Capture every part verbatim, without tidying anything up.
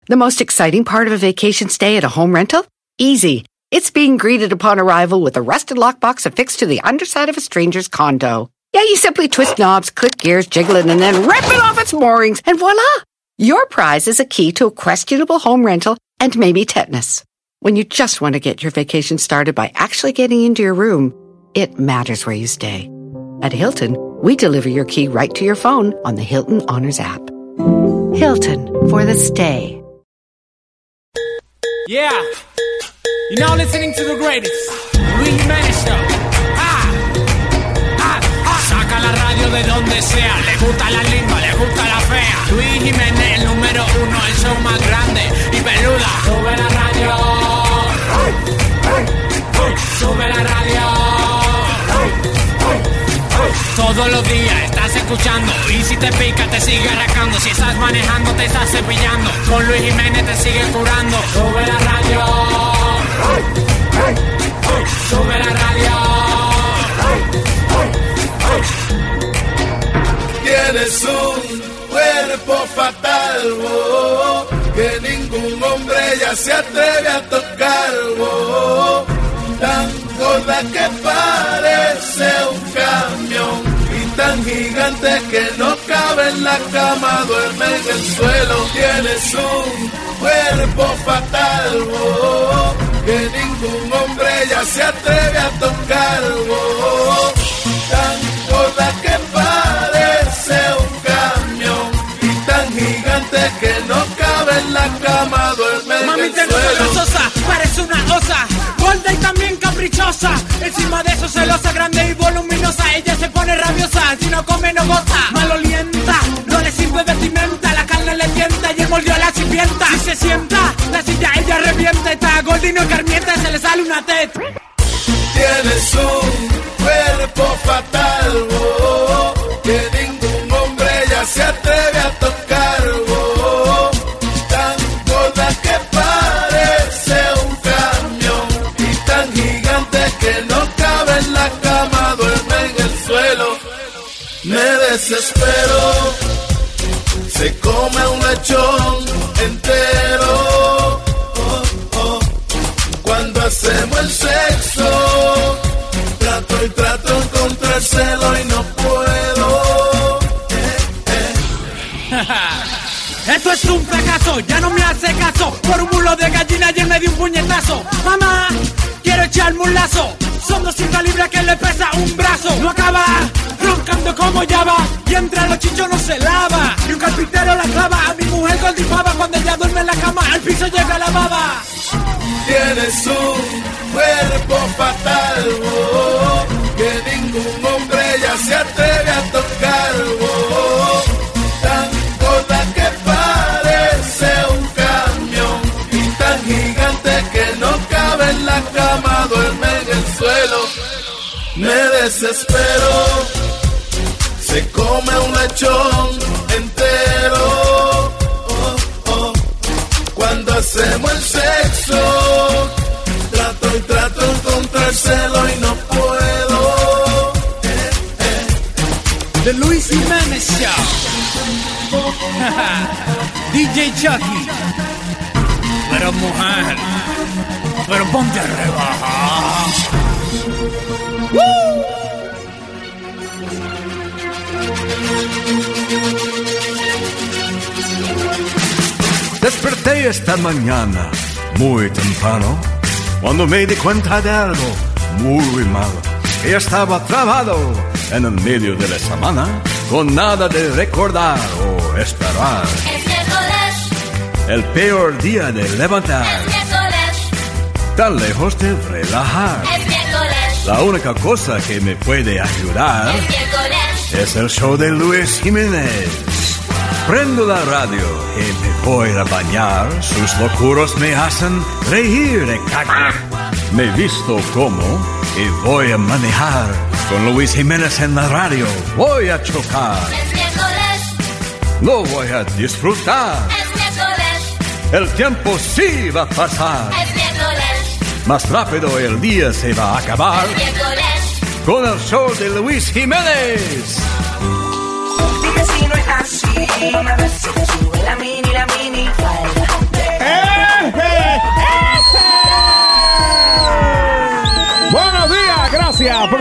The most exciting part of a vacation stay at a home rental? Easy. It's being greeted upon arrival with a rusted lockbox affixed to the underside of a stranger's condo. Yeah, you simply twist knobs, click gears, jiggle it, and then rip it off its moorings, and voila! Your prize is a key to a questionable home rental and maybe tetanus. When you just want to get your vacation started by actually getting into your room, it matters where you stay. At Hilton, we deliver your key right to your phone on the Hilton Honors app. Hilton, for the stay. Yeah, you're now listening to the greatest, Luis Jiménez Show. Ah, ah, ah. Saca la radio de donde sea, le gusta la linda, le gusta la fea. Luis Jiménez, el número uno, el show más grande y peluda. Sube la radio, sube la radio. Todos los días estás escuchando y si te pica te sigue arrancando. Si estás manejando te estás cepillando. Con Luis Jiménez te sigue curando. Sube la radio, sube la radio. Tienes un cuerpo fatal, oh, que ningún hombre ya se atreve a tocar, oh, tan gorda que parece un camión y tan gigante que no cabe en la cama, duerme en el suelo. Tienes un cuerpo fatal, oh, que ningún hombre ya se atreve a tocar, oh, tan gorda que parece un camión y tan gigante que no cabe en la cama, duerme en Mami, el tengo suelo. sosa, parece una osa, gorda y también caprichosa. Encima de eso celosa, grande y voluminosa. Ella se pone rabiosa, si no come no goza. Malolienta, no le sirve vestimenta. La carne le tienta y él mordió a la sirvienta. Si se sienta, la silla ella revienta. Está gorda y no carmienta, se le sale una teta. Tienes un cuerpo fatal, oh, que ningún hombre ya se atreve a tocar, oh, tan gorda que parece un camión y tan gigante que no cabe en la cama, duerme en el suelo. Me desespero, se come un lechón entero, oh, oh, cuando hacemos el sexo. Trato y trato de encontrárselo y no puedo. Eh, eh. Esto es un fracaso, ya no me hace caso. Por un mulo de gallina y él me dio un puñetazo. Mamá, quiero echarme un lazo. Son doscientas libras que le pesa un brazo. No acaba, roncando como Java. Y entre los chichos no se lava. Y un carpintero la clava. A mi mujer goldifaba. Cuando ella duerme en la cama, al piso llega la baba. Tienes un cuerpo fatal, oh, que ningún hombre ya se atreve a tocar, oh, tan gorda que parece un camión y tan gigante que no cabe en la cama, duerme en el suelo. Me desespero, se come un lechón entero, oh, oh, cuando hacemos el sexo. Trato y trato de encontrárselo y no puedo. Eh, eh. The Luis Jiménez Show. D J Chucky. Pero mujer, pero ponte a rebajar. ¡Woo! Desperté esta mañana muy temprano cuando me di cuenta de algo muy malo. Y estaba trabado en el medio de la semana con nada de recordar o esperar. Es miércoles. El peor día de levantar. Es miércoles. Tan lejos de relajar. Es miércoles. La única cosa que me puede ayudar Es miércoles. es el show de Luis Jiménez. Prendo la radio y me voy a bañar. Sus locuros me hacen reír de cagar. Me visto como y voy a manejar. Con Luis Jiménez en la radio voy a chocar. Es miércoles. Lo voy a disfrutar. Es miércoles. El tiempo sí va a pasar. Es miércoles. Más rápido el día se va a acabar. Es miércoles. Con el show de Luis Jiménez. Dime si no es así, a ver si te sube la mini, la mini falda.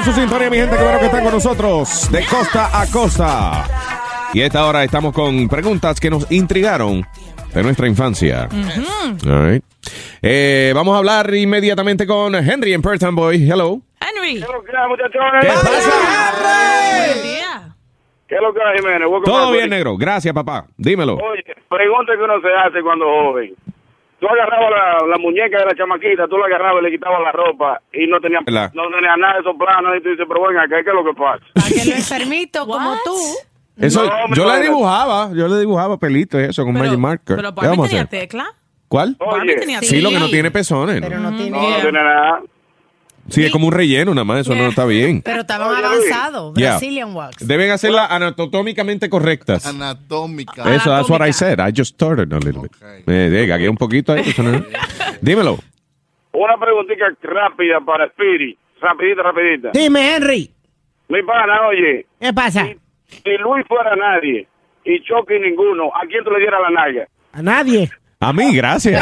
por su sintonía, mi gente. Qué bueno que están con nosotros de costa a costa. Y a esta hora estamos con preguntas que nos intrigaron de nuestra infancia. Uh-huh. All right. eh, vamos a hablar inmediatamente con Henry en Perth Amboy. Hello. Henry. ¿Qué es lo que hay, muchachones? ¿Qué pasa? Buen día. ¿Qué es lo que hay, Jiménez? Todo bien, negro. Gracias, papá. Dímelo. Oye, pregunta que uno se hace cuando joven. Tú agarrabas la, la muñeca de la chamaquita, tú la agarrabas y le quitabas la ropa y no tenía, La. no tenía nada de esos planos. Y tú dices, pero venga, ¿qué es lo que pasa? Para que lo enfermito como tú. Eso, No, yo me le parece. dibujaba, yo le dibujaba pelitos y eso con Pero, Magic Marker. pero ¿Qué Barbie vamos a tenía hacer? tecla. ¿Cuál? Barbie Oye, tenía Sí, tecla. lo que no tiene pezones. Pero ¿no? no tiene. no, no tiene nada. Sí, es como un relleno nada más, eso no está bien. Pero estaban Oye, avanzados. Yeah. Brazilian wax. Deben hacerlas anatómicamente correctas. Anatómica. Eso, that's what I Anatómica. said. I just started a little bit. Okay. Me eh, gagué un poquito ahí. Eso no- Dímelo. Una preguntita rápida para Spirit. Rapidita, rapidita. Dime, Henry, Mi pana, oye, ¿qué pasa? si Luis fuera nadie y Chucky ninguno, ¿a quién tú le dieras la nalga? A nadie. A mí, gracias.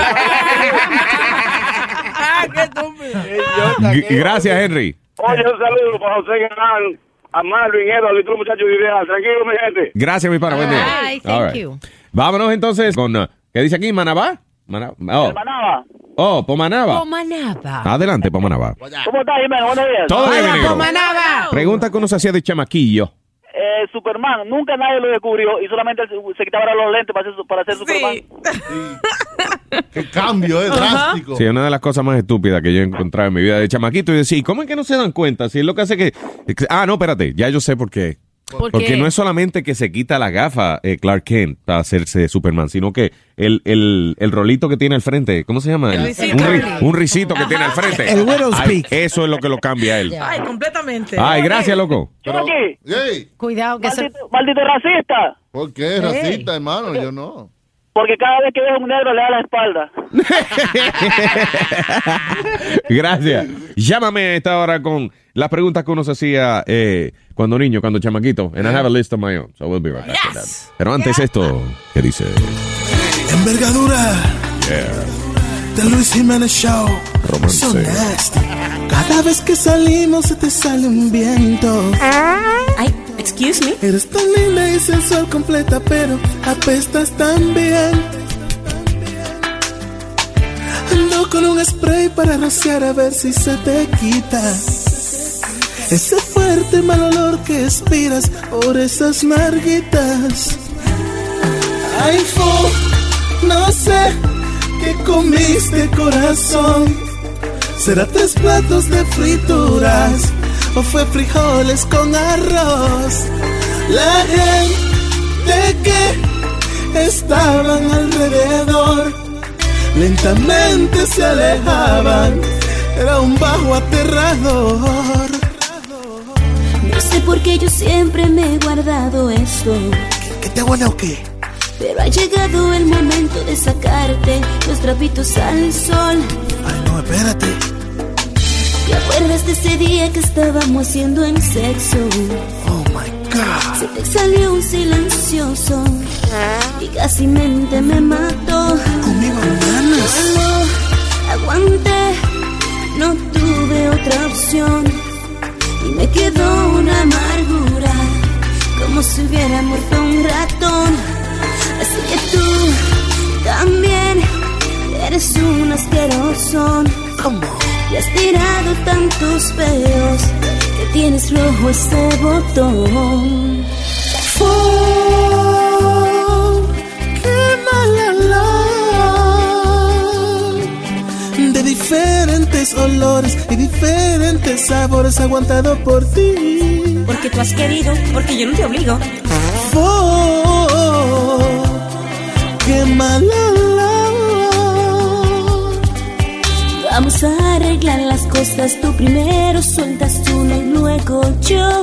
Ah, qué estúpido. G- gracias, Henry. Oye, un saludo para José Guerrán, a Marvin, Edward y todos los muchachos de Ideal. Tranquilo, mi gente. Gracias, mi pana. Buen día. Ay, All thank right. you. Vámonos entonces con, uh, ¿qué dice aquí? ¿Manabá? Mana- oh, Hermanaba, oh Pomanaba. Pomanaba. Adelante, Pomanaba. ¿cómo estás, Jiménez? Buenos días. Todo bien, Hola, negro. Pomanaba. Pregunta que uno se hacía de chamaquillo. Eh, Superman, nunca nadie lo descubrió y solamente se quitaba los lentes para ser, para ser Superman. Sí. Qué cambio, es drástico. Sí, una de las cosas más estúpidas que yo he encontrado en mi vida de chamaquito. Y decía, ¿y cómo es que no se dan cuenta? Si es lo que hace que... Ah, no, espérate, ya yo sé por qué. ¿Por Porque qué? no es solamente que se quita la gafa eh, Clark Kent para hacerse Superman, sino que el, el, el rolito que tiene al frente, ¿cómo se llama? El El- risito. un, ri- un risito que tiene al frente. El widow's Ay, peak. eso es lo que lo cambia a él. Ay, completamente. Ay, gracias, loco. Chucky, Ey, Cuidado que se... maldito, maldito racista, ¿por qué? Racista, hermano, yo no. porque cada vez que ves a un negro le da la espalda. Gracias. Llámame a esta hora con las preguntas que uno se hacía eh, cuando niño, cuando chamaquito. And I have a list of my own, so we'll be right back with that. Pero antes esto, ¿qué dice? Envergadura. The Luis Jiménez Show. Romance. So nasty. Cada vez que salimos se te sale un viento. Ay, excuse me. Eres tan linda y sensual completa, pero apestas tan bien. Ando con un spray para rociar a ver si se te quita ese fuerte mal olor que expiras por esas marguitas. Ay, fo, no sé qué comiste, corazón. ¿Será tres platos de frituras o fue frijoles con arroz? La gente que estaban alrededor lentamente se alejaban. Era un bajo aterrador. No sé por qué yo siempre me he guardado esto, ¿Qué te huele o qué? pero ha llegado el momento de sacarte los trapitos al sol. Ay, no, espérate. ¿Te acuerdas de ese día que estábamos haciendo el sexo? Oh my God. Se te salió un silencioso y casi mente me mató. Conmigo ganas. No aguanté, no tuve otra opción y me quedó una amargura, como si hubiera muerto un ratón. Así que tú también eres un asqueroso. ¿Cómo? Y has tirado tantos feos que tienes rojo ese botón. Oh, qué mal olor. De diferentes olores y diferentes sabores aguantado por ti. Porque tú has querido, porque yo no te obligo. Oh, qué mal olor. Vamos a arreglar las cosas, tú primero sueltas uno y luego yo.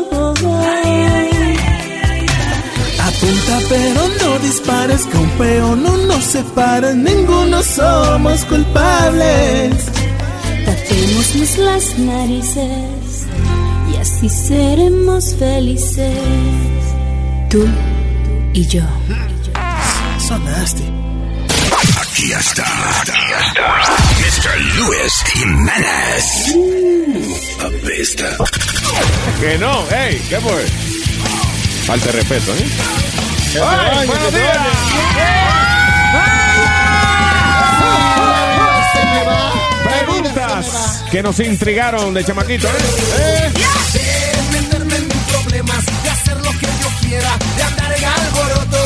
Apunta pero no dispares, que un peón no nos separa, ninguno somos culpables. Tapémonos las narices y así seremos felices, tú y yo. So nasty. Aquí está, aquí está, mister Luis Jiménez. A de esta. Que no, ey, ¿qué fue? Falta de respeto, ¿eh? ¡Ay, buenos días! Preguntas que nos intrigaron de chamaquito, ¿eh? ¿Eh? De meterme en tus problemas, de hacer lo que yo quiera, de andar en alboroto.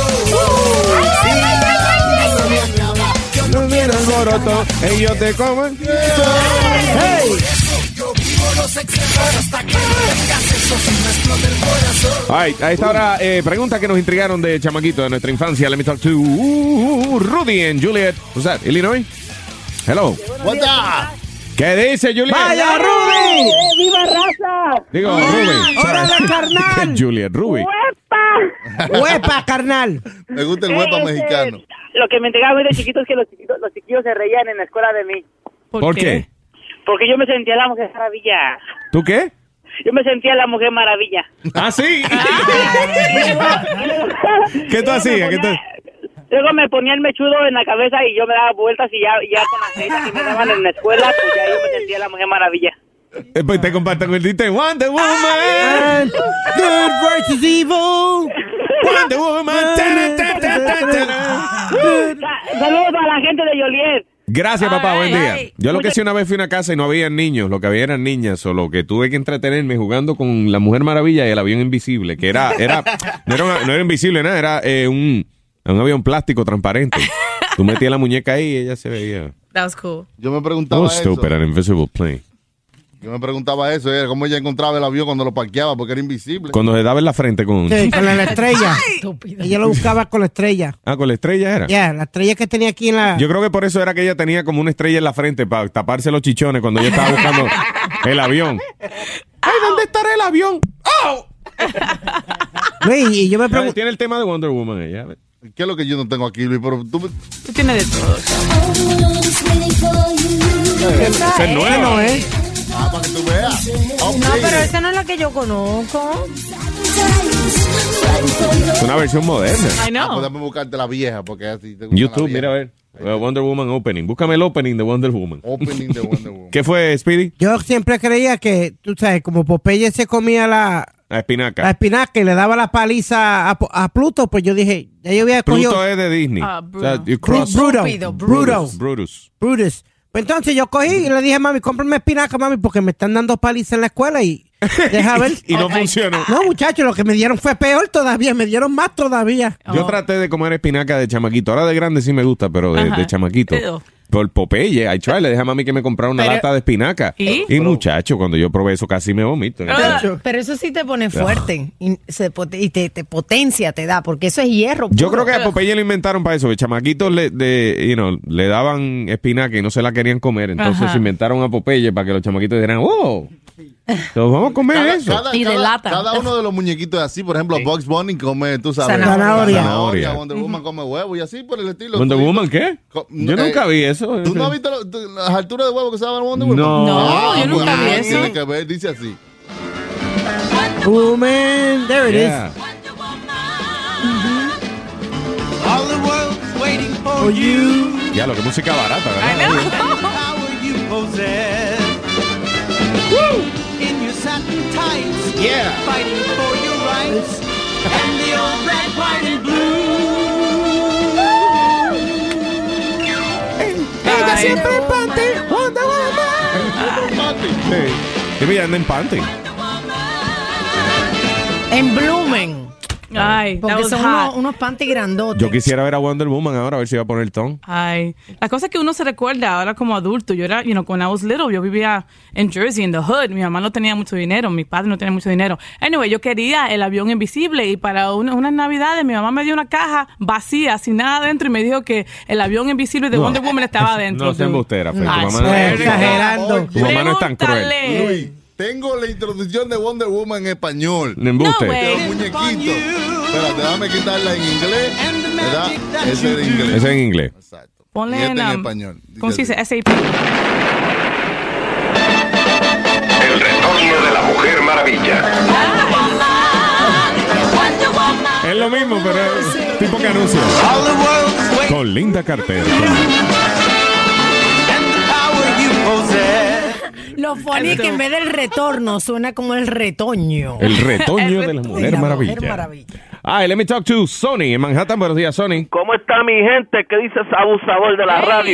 No viene alboroto, ellos te comen. ¡Hey! Yo vivo los excesos hasta que tengas eso, si me explota el corazón. Ay, a esta hora, eh, preguntas que nos intrigaron de chamaquito de nuestra infancia. Let me talk to uh, Rudy en Juliet. What's that, Illinois? Hello. What's up? ¿Qué dice Juliet? ¡Vaya, Rudy! ¡Eh, ¡Viva raza! Digo, Ruby. ¡Órale, carnal! Juliet, Ruby. ¡Huepa! ¡Huepa, carnal! Me gusta el huepa Eh, mexicano. eh, Lo que me entregaba muy de chiquito es que los chiquitos, los chiquillos se reían en la escuela de mí. ¿Por qué? Porque yo me sentía la Mujer Maravilla. ¿Tú qué? Yo me sentía la Mujer Maravilla. ¿Ah, sí? ¿Qué tú hacías? ¿Qué tú... Luego me ponía el mechudo en la cabeza y yo me daba vueltas y ya, ya con las cejas que me daban en la escuela, pues ya yo me sentía la Mujer Maravilla. Eh, pues te comparto con el dite Wonder Woman. Good versus evil. Wonder Woman. Ta, ta, ta, ta, ta. Sa- Saludos a la gente de Joliet. Gracias, papá. Ay, Buen día. ay. Yo lo que sí una vez fui a una casa y no había niños, lo que había eran niñas, solo que tuve que entretenerme jugando con la Mujer Maravilla y el avión invisible, que era, era, no era, una- no era invisible, nada, era eh, un, un avión plástico transparente. Tú metías la muñeca ahí y ella se veía. That was cool. Yo me preguntaba Oh, eso. stupid, an invisible plane. Yo me preguntaba eso, era cómo ella encontraba el avión cuando lo parqueaba porque era invisible. Cuando se daba en la frente con... Sí, con la, la estrella. Ella lo buscaba con la estrella. Ah, con la estrella era. Ya, la estrella que tenía aquí en la... Yo creo que por eso era que ella tenía como una estrella en la frente para taparse los chichones cuando ella estaba buscando el avión. ¡Ay, ¿dónde estará el avión? ¡Oh! Luis, y yo me pregunto... Tiene el tema de Wonder Woman ella. ¿Qué es lo que yo no tengo aquí, Luis? Pero tú... Tú tienes de todo. Esa es nueva. No, ¿eh? Ah, para que tú veas. No, pero esa no es la que yo conozco. Es una versión moderna. I Ah, know. pues déjame buscarte la vieja porque así te gusta YouTube, la mira a vieja. ver. Uh, Wonder Woman Opening. Búscame el opening de Wonder Woman. Opening de Wonder Woman. ¿Qué fue, Speedy? Yo siempre creía que, tú sabes, como Popeye se comía la, La espinaca. la espinaca y le daba la paliza a, a Pluto, pues yo dije, ya yo había cogido... Pluto es de Disney. Ah, O sea, you Bru- cross- Bruto, Estúpido, Bruto, Brutus. Brutus. Pues entonces yo cogí y le dije, mami, cómprame espinaca, mami, porque me están dando paliza en la escuela y deja ver. Y no funcionó. No, muchachos, lo que me dieron fue peor todavía, me dieron más todavía. Yo traté de comer espinaca de chamaquito. Ahora de grande sí me gusta, pero de, Ajá. de chamaquito. Ew. Por Popeye, I tried. Le dije a mami que me comprara una Pero- lata de espinaca. ¿Y? muchacho, cuando yo probé eso casi me vomito. Ah. Pero eso sí te pone fuerte y, se pot- y te, te potencia, te da, porque eso es hierro. Yo puro. creo que a Popeye lo inventaron para eso. De chamaquitos le, de, you know, le daban espinaca y no se la querían comer. Entonces Ajá. inventaron a Popeye para que los chamaquitos dijeran, oh, entonces vamos a comer Cada, eso. cada- Y de cada- lata. cada uno de los muñequitos es así. Por ejemplo, Bugs Bunny come, tú sabes. Zanahoria. Zanahoria. Wonder Woman come huevo y así por el estilo. ¿Wonder Tú- Woman qué? Co- Yo eh, nunca vi eso. ¿Tú no has visto lo- tú- las alturas de huevo que se llaman Wonder Woman? No. No, yo nunca pues, vi ah, eso. Tiene que ver, dice así. Woman, there it Yeah. is. All the world's waiting for For you. Ya, lo que música barata, I ¿verdad? know. power you possess. In your satin tights, Yeah. fighting for your rights, and the old red, white, and blue. Ella Ay. siempre en panty, Wonder Woman. Sí. Sí, me anda en panty. En Blumen. Ay, that Porque was son hot. unos, unos panty grandotes. Yo quisiera ver a Wonder Woman ahora, a ver si va a poner ton. Ay, la cosa es que uno se recuerda ahora como adulto. Yo era, you know, when I was little, yo vivía en Jersey, in the hood. Mi mamá no tenía mucho dinero, mi padre no tenía mucho dinero. Anyway, yo quería el avión invisible y para una- unas navidades mi mamá me dio una caja vacía, sin nada dentro y me dijo que el avión invisible de No. Wonder Woman estaba dentro. No seas dude. embustera, Fer. Tu Ay, mamá Pues, no es- exagerando. Tu mamá no es tan cruel. Pregúntale. Luis, tengo la introducción de Wonder Woman en español. No embuste. No, De güey. los muñequitos. Espérate, déjame quitarla en inglés. ¿Verdad? Ese de inglés. Ese es en inglés. Exacto. Ponle Y este en, en um, español. ¿Cómo se dice? S A P. El retorno de la Mujer Maravilla. Es lo mismo, pero es tipo que anuncia. All the world's waiting, Con Linda Carter. and the power you possess. Los Lo funny es que en vez del retorno suena como el retoño. El retoño de la Mujer La Maravilla. Mujer Maravilla. Ay, let me talk to Sonny en Manhattan. Buenos días, Sonny. ¿Cómo está mi gente? ¿Qué dice ese abusador de la radio?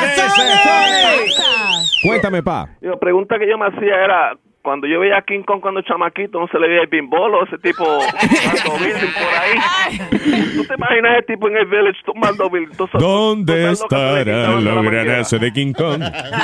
Cuéntame, pa. Y la pregunta que yo me hacía era, cuando yo veía a King Kong cuando chamaquito, no se le veía el bimbolo, ese tipo tomando building por ahí. ¿Tú te imaginas ese tipo en el village tomando building? ¿Dónde estará la granazo de King Kong?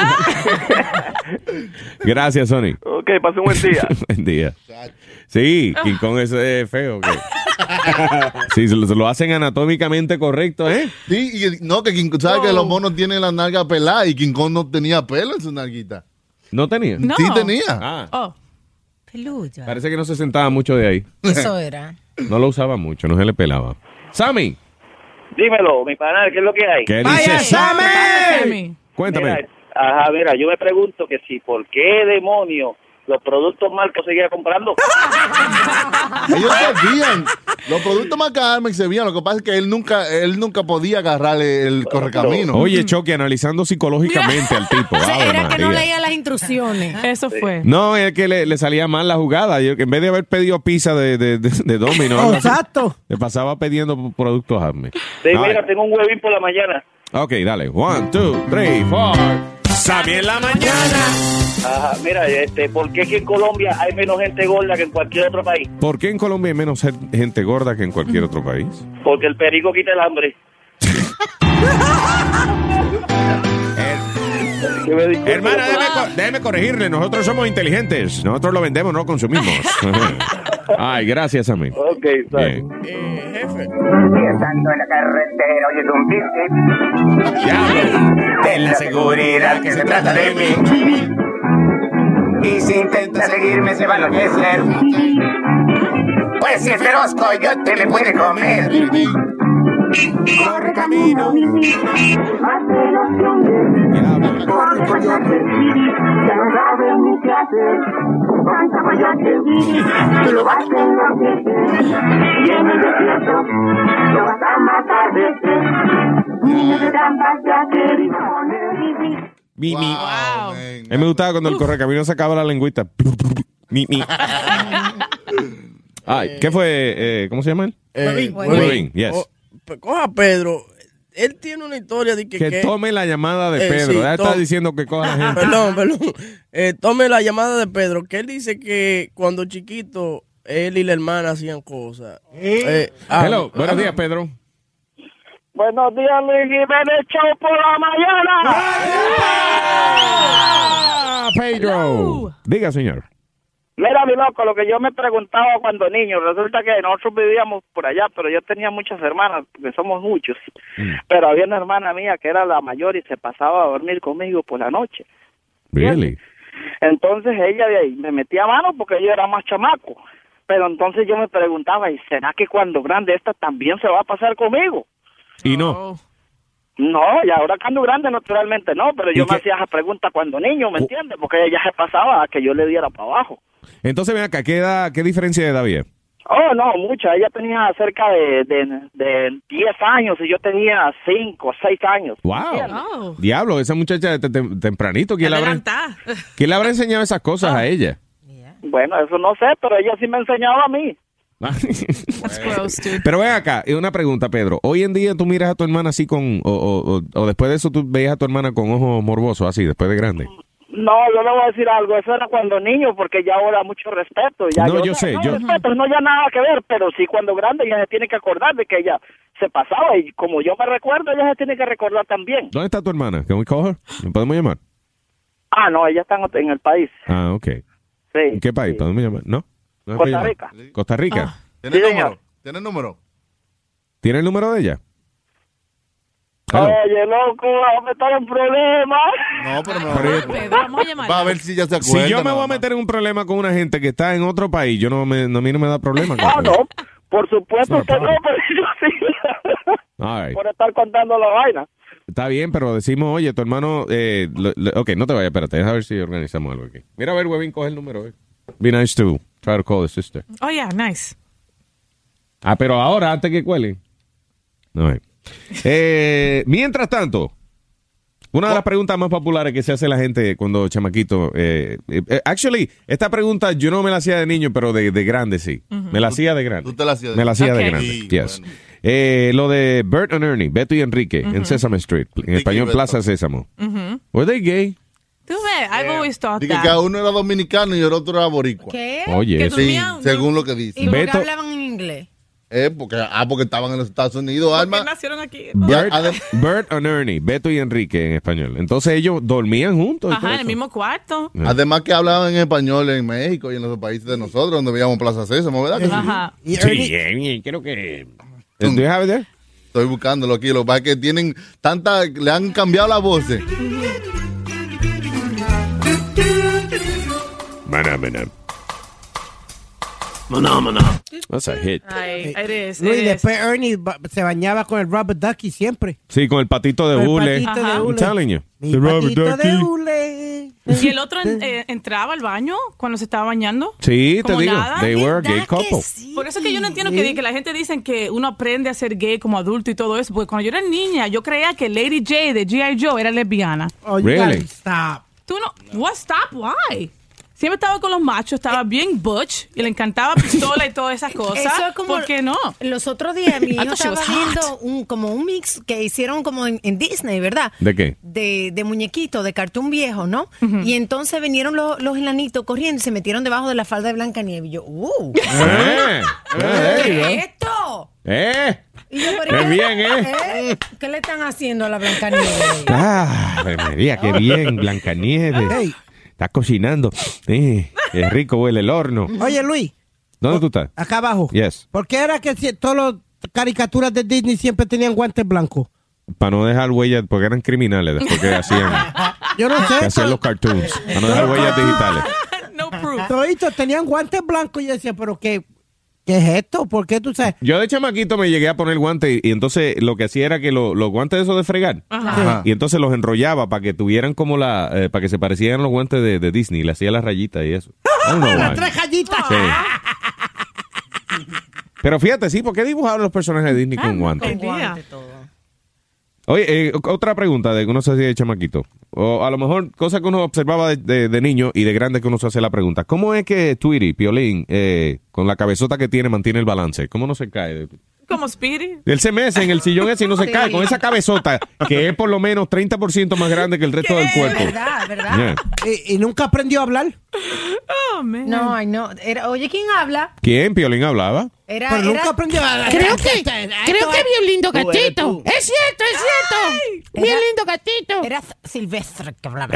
Gracias, Sonny. Ok, pase un buen día. Buen día. Sí, King Kong es eh, feo. ¿Qué? Sí, se lo, se lo hacen anatómicamente correcto, ¿eh? Sí, y no, que King, ¿sabes Oh. que los monos tienen la nalga pelada y King Kong no tenía pelo en su nalguita? ¿No tenía? No. Sí tenía. Ah, Oh. Peluya. parece que no se sentaba mucho de ahí. Eso era. No lo usaba mucho, no se le pelaba. Sammy. Dímelo, mi panal, ¿qué es lo que hay? ¿Qué dice Sammy? Cuéntame. Mira, ajá, mira, yo me pregunto que si, ¿por qué demonios los productos Marcos seguía comprando? Ellos servían. Los productos Macarmen servían. Lo que pasa es que él nunca, él nunca podía agarrarle el correcamino. Oye, Choque, analizando psicológicamente al tipo. Ave Era que no María. leía las instrucciones. Eso fue. No, es que le, le salía mal la jugada. Yo, que en vez de haber pedido pizza de, de, de, de Domino, algo así, Exacto. le pasaba pidiendo productos Hazme. Sí, Ay. mira, tengo un huevín por la mañana. Ok, dale. One, two, three, four. Sammy en la mañana. Ajá, mira, este, ¿por qué que en Colombia hay menos gente gorda que en cualquier otro país? ¿Por qué en Colombia hay menos gen- gente gorda que en cualquier otro país? Porque el perico quita el hambre. Hermana, déjeme, co- déjeme corregirle. Nosotros somos inteligentes. Nosotros lo vendemos, no lo consumimos. Ay, gracias, Sammy. Ok, Bien. Estando en la carretera oyendo un tic tic. Ten la seguridad que se trata de mí. Y si intenta seguirme se va a enloquecer. Pues si es feroz, coyote me puede comer. Corre camino. Corre coyote. Ya no sabe ni qué hacer. Canta coyote. Tú lo vas a enloquecer. Y en el desierto lo vas a matar de sed. Niño de trampas ya querido poner. Mi, mi. A mí me gustaba cuando el correcamino sacaba la lengüita. Mi, mi. Ay, ¿qué fue? Eh, ¿Cómo se llama él? Eh, Huevín, yes. o- pues, coja a Pedro. Él tiene una historia de que... Que que- tome la llamada de Eh, Pedro. sí, Ya está to- diciendo que coja la gente. Perdón, perdón. Eh, tome la llamada de Pedro, que él dice que cuando chiquito él y la hermana hacían cosas. Eh, ah, Hello, buenos ah, días, Pedro. Buenos días, Luis Jiménez, show por la mañana. Ah, Pedro. Diga, señor. Mira, mi loco, lo que yo me preguntaba cuando niño, resulta que nosotros vivíamos por allá, pero yo tenía muchas hermanas, porque somos muchos. Pero había una hermana mía que era la mayor y se pasaba a dormir conmigo por la noche. Really? Entonces ella de ahí me metía mano porque yo era más chamaco. Pero entonces yo me preguntaba, ¿y será que cuando grande esta también se va a pasar conmigo? Y no. No, y ahora cuando grande naturalmente no, pero yo ¿Y me qué? hacía esa pregunta cuando niño, ¿me entiendes? Porque ella se pasaba a que yo le diera para abajo. Entonces, ven acá, ¿qué, edad, ¿qué diferencia de edad había? Oh, no, mucha. Ella tenía cerca de, de, de diez años y yo tenía cinco, seis años. Wow. Diablo, esa muchacha te- te- tempranito, ¿quién le, habrá, ¿quién le habrá enseñado esas cosas a ella? Bueno, eso no sé, pero ella sí me enseñaba a mí. Pero ven acá, y una pregunta, Pedro. Hoy en día tú miras a tu hermana así con, o, o, o- o después de eso tú veías a tu hermana con ojos morbosos, así, después de grande. No, yo le voy a decir algo, eso era cuando niño, porque ya ahora mucho respeto. Ya No, yo sé, no, yo- respeto, no ya nada que ver, pero sí cuando grande ella se tiene que acordar de que ella se pasaba y como yo me recuerdo, ella se tiene que recordar también. ¿Dónde está tu hermana? ¿Can we call her? ¿Me podemos llamar? Ah, no, ella está en, en el país. Ah, ok. Sí. ¿En qué país? ¿Podemos llamar? ¿No? ¿No se puede Costa llamar? Rica. ¿Costa Rica? ¿Tiene el número? ¿Tiene el número? ¿Tiene el número de ella? Hello. Oye, loco, vamos a estar en problemas. No, pero Pero yo- vamos a llamar. Va a ver si ya se acuerda. Si yo me nada voy a más. meter en un problema con una gente que está en otro país, yo no me, no, a mí no me da problema. con Ah, eso. no, por supuesto It's que not a no, pero yo sí. All right. Por estar contando la vaina. Está bien, pero decimos, oye, tu hermano... Eh, lo- lo- ok, no te vayas, espérate, déjame ver si organizamos algo aquí. Mira, a ver, Webin, coge el número. Eh. Be nice to try to call the sister. Oh, yeah, nice. Ah, pero ahora, antes que cuelen. No, eh. Eh, mientras tanto, Una de las preguntas más populares que se hace la gente cuando chamaquito. Eh, eh, actually, esta pregunta yo no me la hacía de niño, pero de, de grande sí. Uh-huh. Me la hacía de grande. ¿Tú te la hacías de Me la hacía okay. de grande. Sí, yes. bueno. eh, lo de Bert and Ernie, Beto y Enrique, uh-huh. en Sesame Street. En Ricky español, Plaza Sésamo. Uh-huh. Were they gay? Tú ves, I've always thought Dije that. que uno era dominicano y el otro era boricua. ¿Qué? Oye, sí, según lo que dice. ¿Y por qué Beto- hablaban en inglés? Eh, porque, ah, porque estaban en los Estados Unidos, ¿Por Alma. qué nacieron aquí? Bert, Bert and Ernie, Beto y Enrique en español. Entonces ellos dormían juntos. y todo Ajá, en el eso. mismo cuarto. Además que hablaban en español en México y en los países de nosotros, donde veíamos Plaza Sésamo, ¿verdad? Que sí? Ajá. Sí, eh, creo que... ¿Do you have it there? Estoy buscándolo aquí. Lo que pasa es que tienen tanta... Le han cambiado las voces. Maná, maná. Maná, maná. That's a hit. Ay, eres, Luis, eres. después Ernie ba- se bañaba con el rubber ducky siempre. Sí, con el patito de Con el hule. patito de I'm hule. telling you. Mi The rubber patito ducky. de hule. ¿Y el otro en- eh, entraba al baño cuando se estaba bañando? Sí, te Como digo. nada. They were a gay ¿Verdad que couple. sí? Por eso que yo no entiendo Sí. que, que la gente dice que uno aprende a ser gay como adulto y todo eso. Porque cuando yo era niña, yo creía que Lady J de G I. Joe era lesbiana. Oh, you Really? gotta stop. Tú no. What? Stop? Why? Siempre estaba con los machos, estaba bien butch y le encantaba pistola y todas esas cosas. Eso es como ¿Por qué no? Los otros días mi I hijo thought she estaba was viendo hot. un, como un mix que hicieron como en, en Disney, ¿verdad? ¿De qué? De, de muñequito, de cartoon viejo, ¿no? Y entonces vinieron los, los enanitos corriendo y se metieron debajo de la falda de Blancanieves. Y yo, ¡uh! Eh, eh, there you go. ¿Qué es esto? Eh. Y yo, Qué bien, ¿eh? ¿eh? ¿Qué le están haciendo a la Blancanieves? Ah, Ave María, qué bien, Blancanieves. Hey. Está cocinando. Eh, qué rico huele el horno. Oye, Luis, ¿Dónde tú estás? acá abajo. Yes. ¿Por qué era que si- todas las caricaturas de Disney siempre tenían guantes blancos? Para no dejar huellas, porque eran criminales después que hacían, Yo no que sé. hacían los cartoons. Para no dejar huellas digitales. No proof. Toditos tenían guantes blancos y yo decía, pero qué, ¿qué es esto? ¿Por qué tú sabes? Yo de chamaquito me llegué a poner guantes y, y entonces lo que hacía era que lo- los guantes esos de fregar, Ajá. y entonces los enrollaba para que tuvieran como la, eh, para que se parecieran los guantes de, de Disney, le hacía las rayitas y eso. I don't know Las why. tres rayitas. Sí. Pero fíjate, sí, ¿por qué dibujaron los personajes de Disney con guantes? Con guante todo. Oye, eh, otra pregunta de que uno se hacía de chamaquito. O a lo mejor cosas que uno observaba de, de- de niño y de grande que uno se hace la pregunta. ¿Cómo es que Tweety, Piolín, eh, con la cabezota que tiene, mantiene el balance? ¿Cómo no se cae? Como Speedy. Él se mece en el sillón ese y no se Sí. cae con esa cabezota que es por lo menos treinta por ciento más grande que el resto del cuerpo. ¿Verdad? ¿Verdad? Yeah. Y, y nunca aprendió a hablar. Oh, man. No, ay, no. Era, oye, ¿quién habla? ¿Quién? ¿Piolín hablaba? Era, Pero era- nunca aprendió a hablar. Creo que, creo que había un lindo gatito. Es cierto, es cierto. Bien Era- lindo gatito. Era Silvestre que hablaba.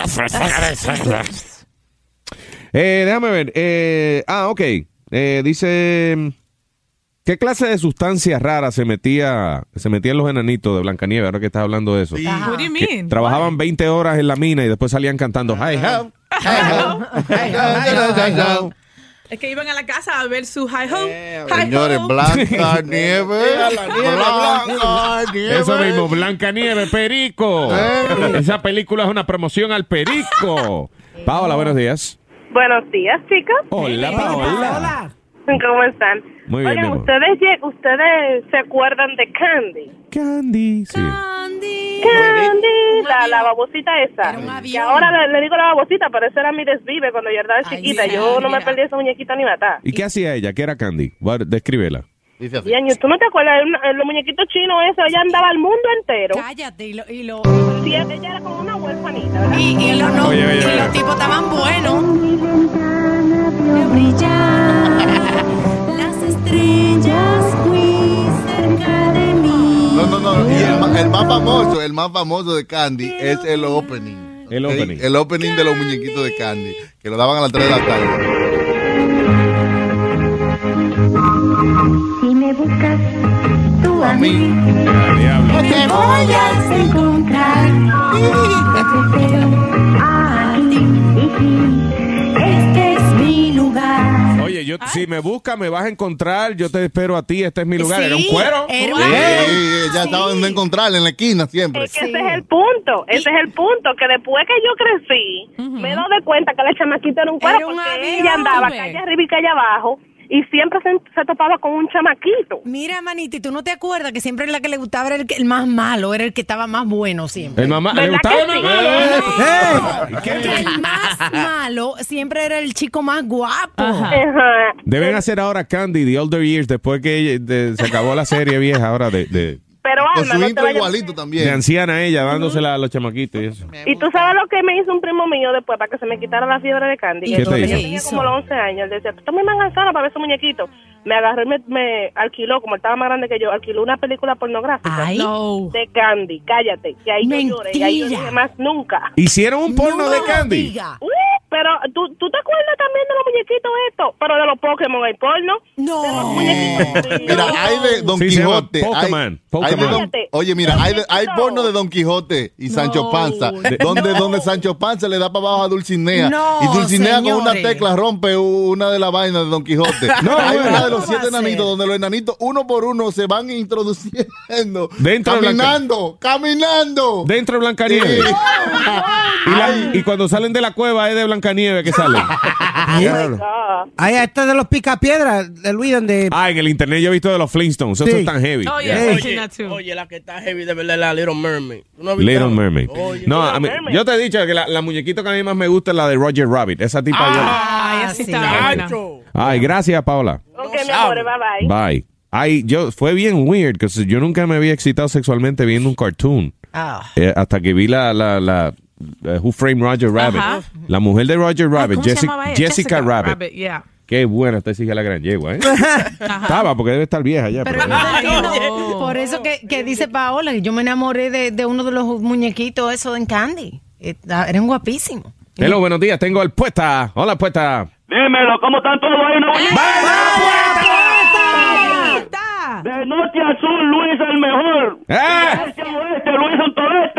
Eh, déjame ver. Eh, ah, ok. Eh, dice... ¿Qué clase de sustancia rara se metía se metían los enanitos de Blancanieves? Ahora que estás hablando de eso. Sí. What do you Que mean? trabajaban veinte horas en la mina y después salían cantando Hi ho, hi ho, hi ho, hi ho. Es que iban a la casa a ver su hi-ho. Señores, Hi-ho. Blanca Nieve. Blanca Nieve. Eso mismo, Blancanieves, Perico. Esa película es una promoción al Perico. Paola, buenos días. Buenos días, chicos. Hola, Paola. ¿Cómo están? Muy bien, Oigan, mi amor. ¿ustedes, lle- ¿ustedes se acuerdan de Candy? Candy, sí. Candy. Candy, la, la babosita esa. Era un Que avión. ahora le, le digo la babosita, pero ese era mi desvive cuando yo estaba Ay, chiquita. mira, Yo no me mira. perdí esa muñequita ni matar. ¿Y qué hacía ella? ¿Qué era Candy? What- Descríbela. Dice así. Y año, ¿tú no te acuerdas? El- el- Los muñequitos chinos eso, ella andaba al mundo entero. Cállate. Y, lo, y, lo, Sí, ella era como una huerfanita, ¿verdad? y, y los no- Oye, oye, y oye. los tipos estaban buenos. Veo brillar las estrellas muy cerca de mí. No, no, no. Y el, ma- el más famoso, el más famoso de Candy es el opening. El ¿ok? opening. El opening de los muñequitos de Candy, que lo daban a las tres de la tarde. Si me buscas tú a mí, Ya, diablo. te voy a encontrar. Yo te espero a ti. Y sí, este es mi lugar. Oye, yo, si me buscas, me vas a encontrar. Yo te espero a ti. Este es mi lugar. ¿Era un Sí, cuero? era un- Sí, Sí. ya estaban de encontrarla en la esquina siempre. Es que Sí. ese es el punto, ese es el punto, que después que yo crecí, me doy de cuenta que la chamaquita era un cuero Era un porque avión, ella andaba ve. calle arriba y calle abajo, y siempre se, se topaba con un chamaquito. Mira, manita, ¿y tú no te acuerdas que siempre la que le gustaba era el, que- el más malo, era el que estaba más bueno siempre? El mamá, ¿le ¿Verdad gustaba que el sí? mamá? No, que el más malo siempre era el chico más guapo. Ajá. Deben hacer ahora Candy, The Older Years, después que de- se acabó la serie vieja, ahora de, de, Pero Con Alma, su no te intro vayas- igualito de también. anciana ella, dándosela a los chamaquitos y eso. Y tú sabes lo que me hizo un primo mío después para que se me quitara la fiebre de Candy. ¿Qué te Yo hizo? tenía como los once años. Él decía, tú estás muy manganzona para ver ese muñequito. Me agarró y me, me alquiló, como él estaba más grande que yo, alquiló una película pornográfica Ay. No. de Candy. Cállate, que ahí yo lloré y ahí yo Mentira. dije más nunca. ¿Hicieron un porno No de lo Candy? diga. Uy, pero ¿tú, tú te acuerdas también de los muñequitos estos, pero de los Pokémon hay porno. No. De los muñequitos. sí. Mira, hay de Don Sí, se llama Quijote. hay- Pokémon, hay de Pokémon. Don- oye, mira, hay, de- hay porno de Don Quijote y Sancho No. Panza, De- donde, no. donde Sancho Panza le da para abajo a Dulcinea. No, y Dulcinea con una señores. tecla rompe una de las vainas de Don Quijote. No, hay bueno. una de los ¿Cómo va siete a ser? enanitos, donde los enanitos uno por uno se van introduciendo. Dentro de Blanca- caminando, caminando. Dentro de Blancanieves. Y, la- y cuando salen de la cueva es de Blancanieves que salen. Claro. Ah, Ahí este de los picapiedras, de Luis, donde... Ah, en el internet yo he visto de los Flintstones. Eso Sí. es tan heavy. Oh, yeah, Yeah. I've seen that too. Oye, la que está heavy de verdad es la Little Mermaid. ¿Tú no has visto? Little Mermaid. Oye, No, Little a mí- Mermaid. yo te he dicho que la, la muñequita que a mí más me gusta es la de Roger Rabbit. Esa tipa Ay, Ah, así sí. está buena. Nacho. yo. Ay, gracias, Paola. ok, mi amor, bye bye. Bye. Ay, yo, fue bien weird, que yo nunca me había excitado sexualmente viendo un cartoon. Ah. Eh, hasta que vi la, la, la, la Who Framed Roger Rabbit. Ajá. La mujer de Roger Ah, Rabbit, ¿cómo se Jessica, llamaba ella? Jessica, Rabbit. yeah. Qué buena esta hija de la gran yegua, ¿eh? Estaba, porque debe estar vieja ya. Pero pero- no te entiendo. no. Por eso que, que dice Paola, que yo me enamoré de, de uno de los muñequitos esos en Candy. Está- Eran guapísimos. Hello, buenos días. Tengo el Puesta. Hola, Puesta. Dímelo, ¿cómo están todos ahí? ¿No? Está. De norte a sur, Luis el mejor. ¡Eh! De este a oeste, Luis Antoleste.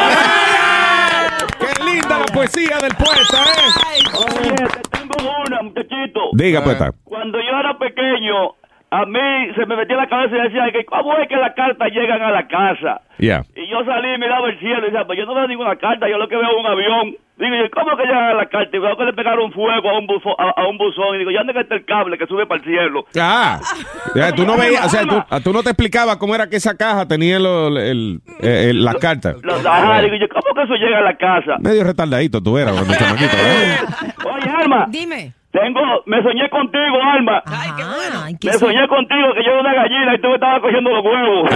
¡Qué linda la poesía del Puesta, eh! Oye, te tengo una, muchachito. Diga, Puesta. Cuando yo era pequeño, a mí se me metía en la cabeza y decía que cómo es que las cartas llegan a la casa. Ya. Y yo salí y miraba el cielo y decía, pues yo no veo ninguna carta, yo lo que veo es un avión. Digo, yo, ¿cómo que llegan a la carta? Y veo que le pegaron fuego a un, bufo- a, a un buzón. Y digo, ¿ya dónde está el cable que sube para el cielo? Ah, ya, tú no veías, o sea, tú, a- tú no te explicabas cómo era que esa caja tenía lo- el, eh, el- las cartas. Los, ajá, digo yo, ¿cómo que eso llega a la casa? Medio retardadito tú eras cuando chamaquito, ¿eh? Oye, Alma, Dime. tengo, me soñé contigo, Alma. Ay, qué bueno. Ay, qué Me soñé contigo que yo era una gallina y tú me estabas cogiendo los huevos.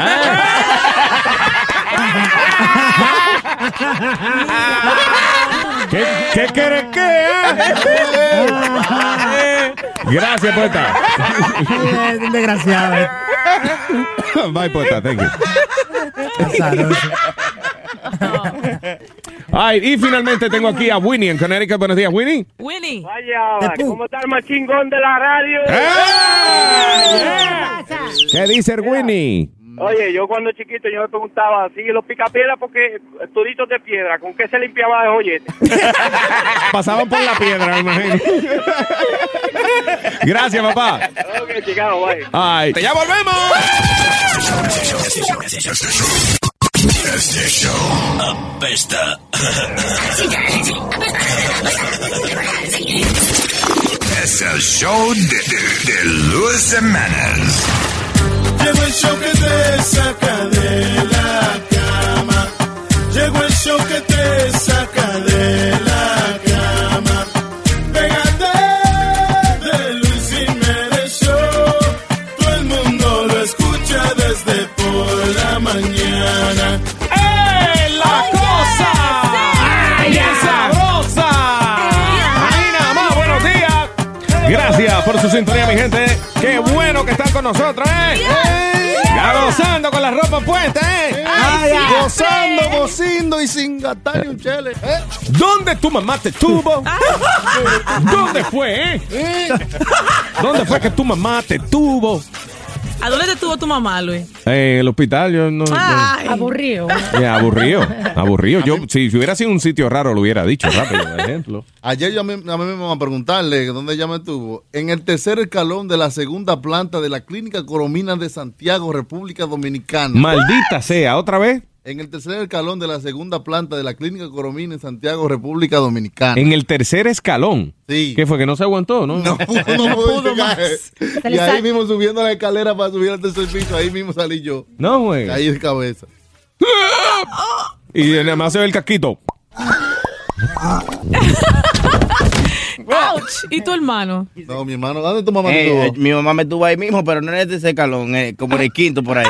¿Qué, qué quieres que, eh? Gracias, Puesta. Es desgraciado. eh. Bye, Puesta, thank you. Ay, y finalmente tengo aquí a Winnie en Connecticut. Buenos días, Winnie. Winnie. Vaya, ¿cómo está el más chingón de la radio? ¿Qué dice el Winnie? Oye, yo cuando chiquito yo me preguntaba así, los picapiedras porque toditos de piedra, ¿con qué se limpiaba de joyete? Pasaban por la piedra, me imagino. Gracias, papá. Ok, Chicago, bye. Ay, ya volvemos. Este show apesta. Es el show de, de, de Luis Jiménez. Llegó el show que te saca de la cama. Llegó el show que te saca de la cama. Pégate de Luis Jiménez Show. Todo el mundo lo escucha desde por la mañana. ¡Eh, la cosa! ¡Ay, es sabrosa! ¡Ahí nada más! ¡Buenos días! Gracias por su sintonía, mi gente. ¡Qué bueno que están con nosotros, eh! Ya gozando con la ropa puesta, eh. Ay, gozando, gozando y sin gastar ni un chele. ¿eh? ¿Dónde tu mamá te tuvo? ¿Dónde fue, eh? ¿Dónde fue que tu mamá te tuvo? ¿A dónde te tuvo tu mamá, Luis? En el hospital, yo no. Ay, aburrido. Ya, aburrido, aburrido. Yo, si, si hubiera sido un sitio raro, lo hubiera dicho rápido, por ejemplo. Ayer yo a mí, a mí me iban a preguntarle dónde ella me tuvo. En el tercer escalón de la segunda planta de la Clínica Coromina de Santiago, República Dominicana. Maldita sea, ¿otra vez? En el tercer escalón de la segunda planta de la Clínica Coromina en Santiago, República Dominicana. En el tercer escalón. Sí. ¿Qué fue? ¿Que no se aguantó? No, no pudo, no pudo llegar. Y ahí mismo subiendo la escalera para subir al tercer piso, ahí mismo salí yo. No, güey. Caí de cabeza. Y nada más se ve el casquito. Ouch. ¿Y tu hermano? No, mi hermano, ¿dónde tu mamá Eh, te eh, tuvo? mi mamá me tuvo ahí mismo, pero no en este escalón, eh, como en el quinto por ahí.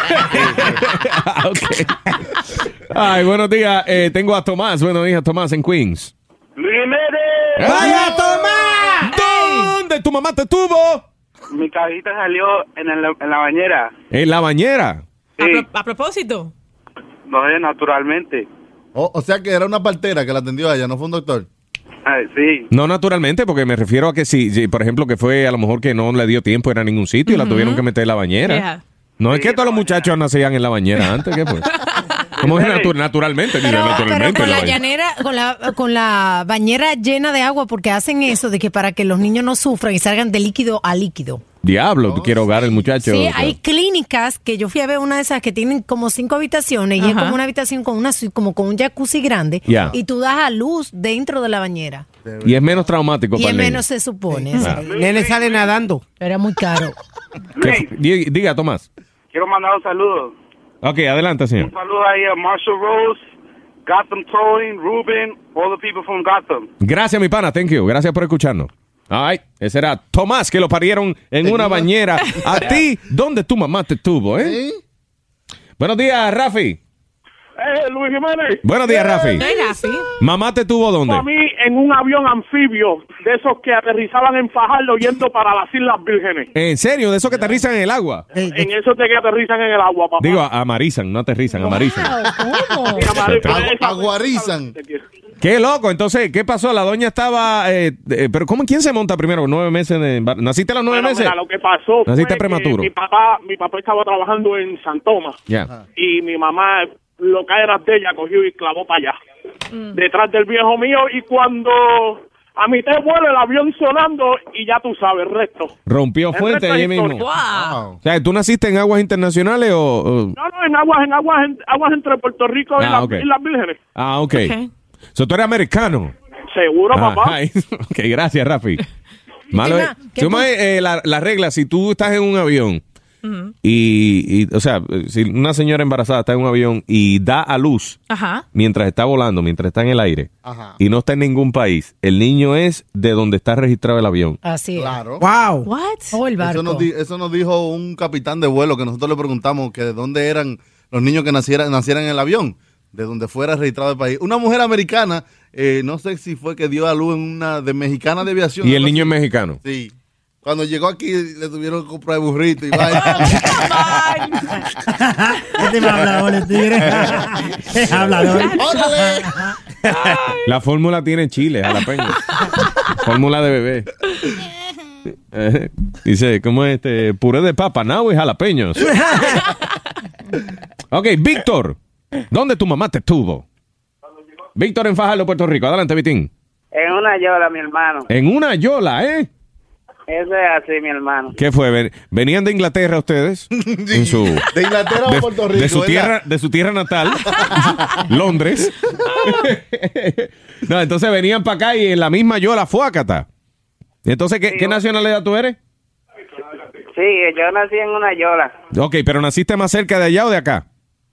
Okay. Ay, buenos días. Eh, tengo a Tomás. Buenos días, Tomás, en Queens. Luis Jiménez. ¡Vaya, Tomás! ¿Dónde tu mamá te tuvo? Mi cajita salió en, el- en la bañera. En la bañera. A, pro- a propósito. No sé, naturalmente. O, o sea que era una partera que la atendió a ella, no fue un doctor. Ay, sí. No, naturalmente, porque me refiero a que si, si, por ejemplo, que fue a lo mejor que no le dio tiempo a ir a ningún sitio y la Ujú. tuvieron que meter en la bañera. Yeah. No es que todos los muchachos nacían en la bañera antes, ¿qué fue? ¿Cómo es natu- naturalmente? Ni Pero, naturalmente. pero con en la la bañera. llanera, con la, con la bañera llena de agua, porque hacen eso de que para que los niños no sufran y salgan de líquido a líquido. Diablo, tú quieres ahogar al muchacho. Sí, hay clínicas que yo fui a ver una de esas que tienen como cinco habitaciones y es Ajá. como una habitación con una su- como con un jacuzzi grande Ya. y tú das a luz dentro de la bañera. Y es menos traumático Y para es el niño. menos se supone. Ah. sí. El nene sale nadando. Era muy caro. ¿Qué fu- Diga, diga, Tomás. Quiero mandar un saludo. Ok, adelante, señor. Un saludo ahí a Marshall Rose, Gotham Towing, Ruben, all the people from Gotham. Gracias, mi pana. Thank you. Gracias por escucharnos. Ay, ese era Tomás, que lo parieron en una bañera. A ti, ¿dónde tu mamá te tuvo, eh? Buenos días, Rafi. Eh, Luis Jiménez. Buenos días, Rafi. Soy Rafi. ¿Mamá te tuvo dónde? A mí en un avión anfibio de esos que aterrizaban en Fajardo yendo para las Islas Vírgenes. ¿En serio? ¿De esos que aterrizan en el agua? En esos de que aterrizan en el agua, papá. Digo, amarizan, no aterrizan, amarizan. Aguarizan. Qué loco. Entonces, ¿qué pasó? La doña estaba... eh, eh, pero ¿cómo, ¿quién se monta primero? ¿Nueve meses de embar- ¿Naciste a los nueve Bueno, meses? mira, lo que pasó fue Naciste que prematuro. mi papá, mi papá estaba trabajando en San Tomás Ya. y mi mamá, lo que era de ella, cogió y clavó para allá, detrás del viejo mío, y cuando a mitad de vuelo el avión sonando y ya tú sabes, el resto. Rompió El fuente resto es allí mismo. historia. O sea, ¿tú naciste en aguas internacionales o...? o- No, no, en aguas, en aguas, en aguas entre Puerto Rico y, Ah, las, ok. y las Vírgenes. Ah, ok. So, tú eres americano. Seguro, Ah, papá. ay, ok, gracias, Rafi. Malo es... ¿Qué ¿Cómo pu- es, eh, la, la regla? Si tú estás en un avión y, y, o sea, si una señora embarazada está en un avión y da a luz Ajá. mientras está volando, mientras está en el aire Ajá. y no está en ningún país, el niño es de donde está registrado el avión. Así es. Claro. Wow. What? Oh, el barco. Eso nos, di- eso nos dijo un capitán de vuelo que nosotros le preguntamos que de dónde eran los niños que nacieran, nacieran en el avión, de donde fuera registrado el país. Una mujer americana, eh, no sé si fue que dio a luz en una de mexicana de aviación. Y el algo niño es así. mexicano. Sí. Cuando llegó aquí le tuvieron que comprar burrito y vaya. Este me hablador, el tigre. Es hablador. ¡Órale! La fórmula tiene chile, jalapeño. Fórmula de bebé. Eh, dice, ¿cómo es este? Puré de papa, nabo y jalapeños. Ok, Víctor. ¿Dónde tu mamá te tuvo? Víctor en Fajardo, Puerto Rico. Adelante, Vitín. En una yola, mi hermano. En una yola, ¿eh? Eso es así, mi hermano. ¿Qué fue? Ven- ¿Venían de Inglaterra ustedes? En su, De Inglaterra de, a Puerto Rico. de su ¿verdad? tierra, de su tierra natal, Londres. No, entonces venían para acá y en la misma yola Fuácata. Entonces, ¿qué, ¿qué nacionalidad tú eres? Sí, yo nací en una yola. Ok, pero ¿naciste más cerca de allá o de acá?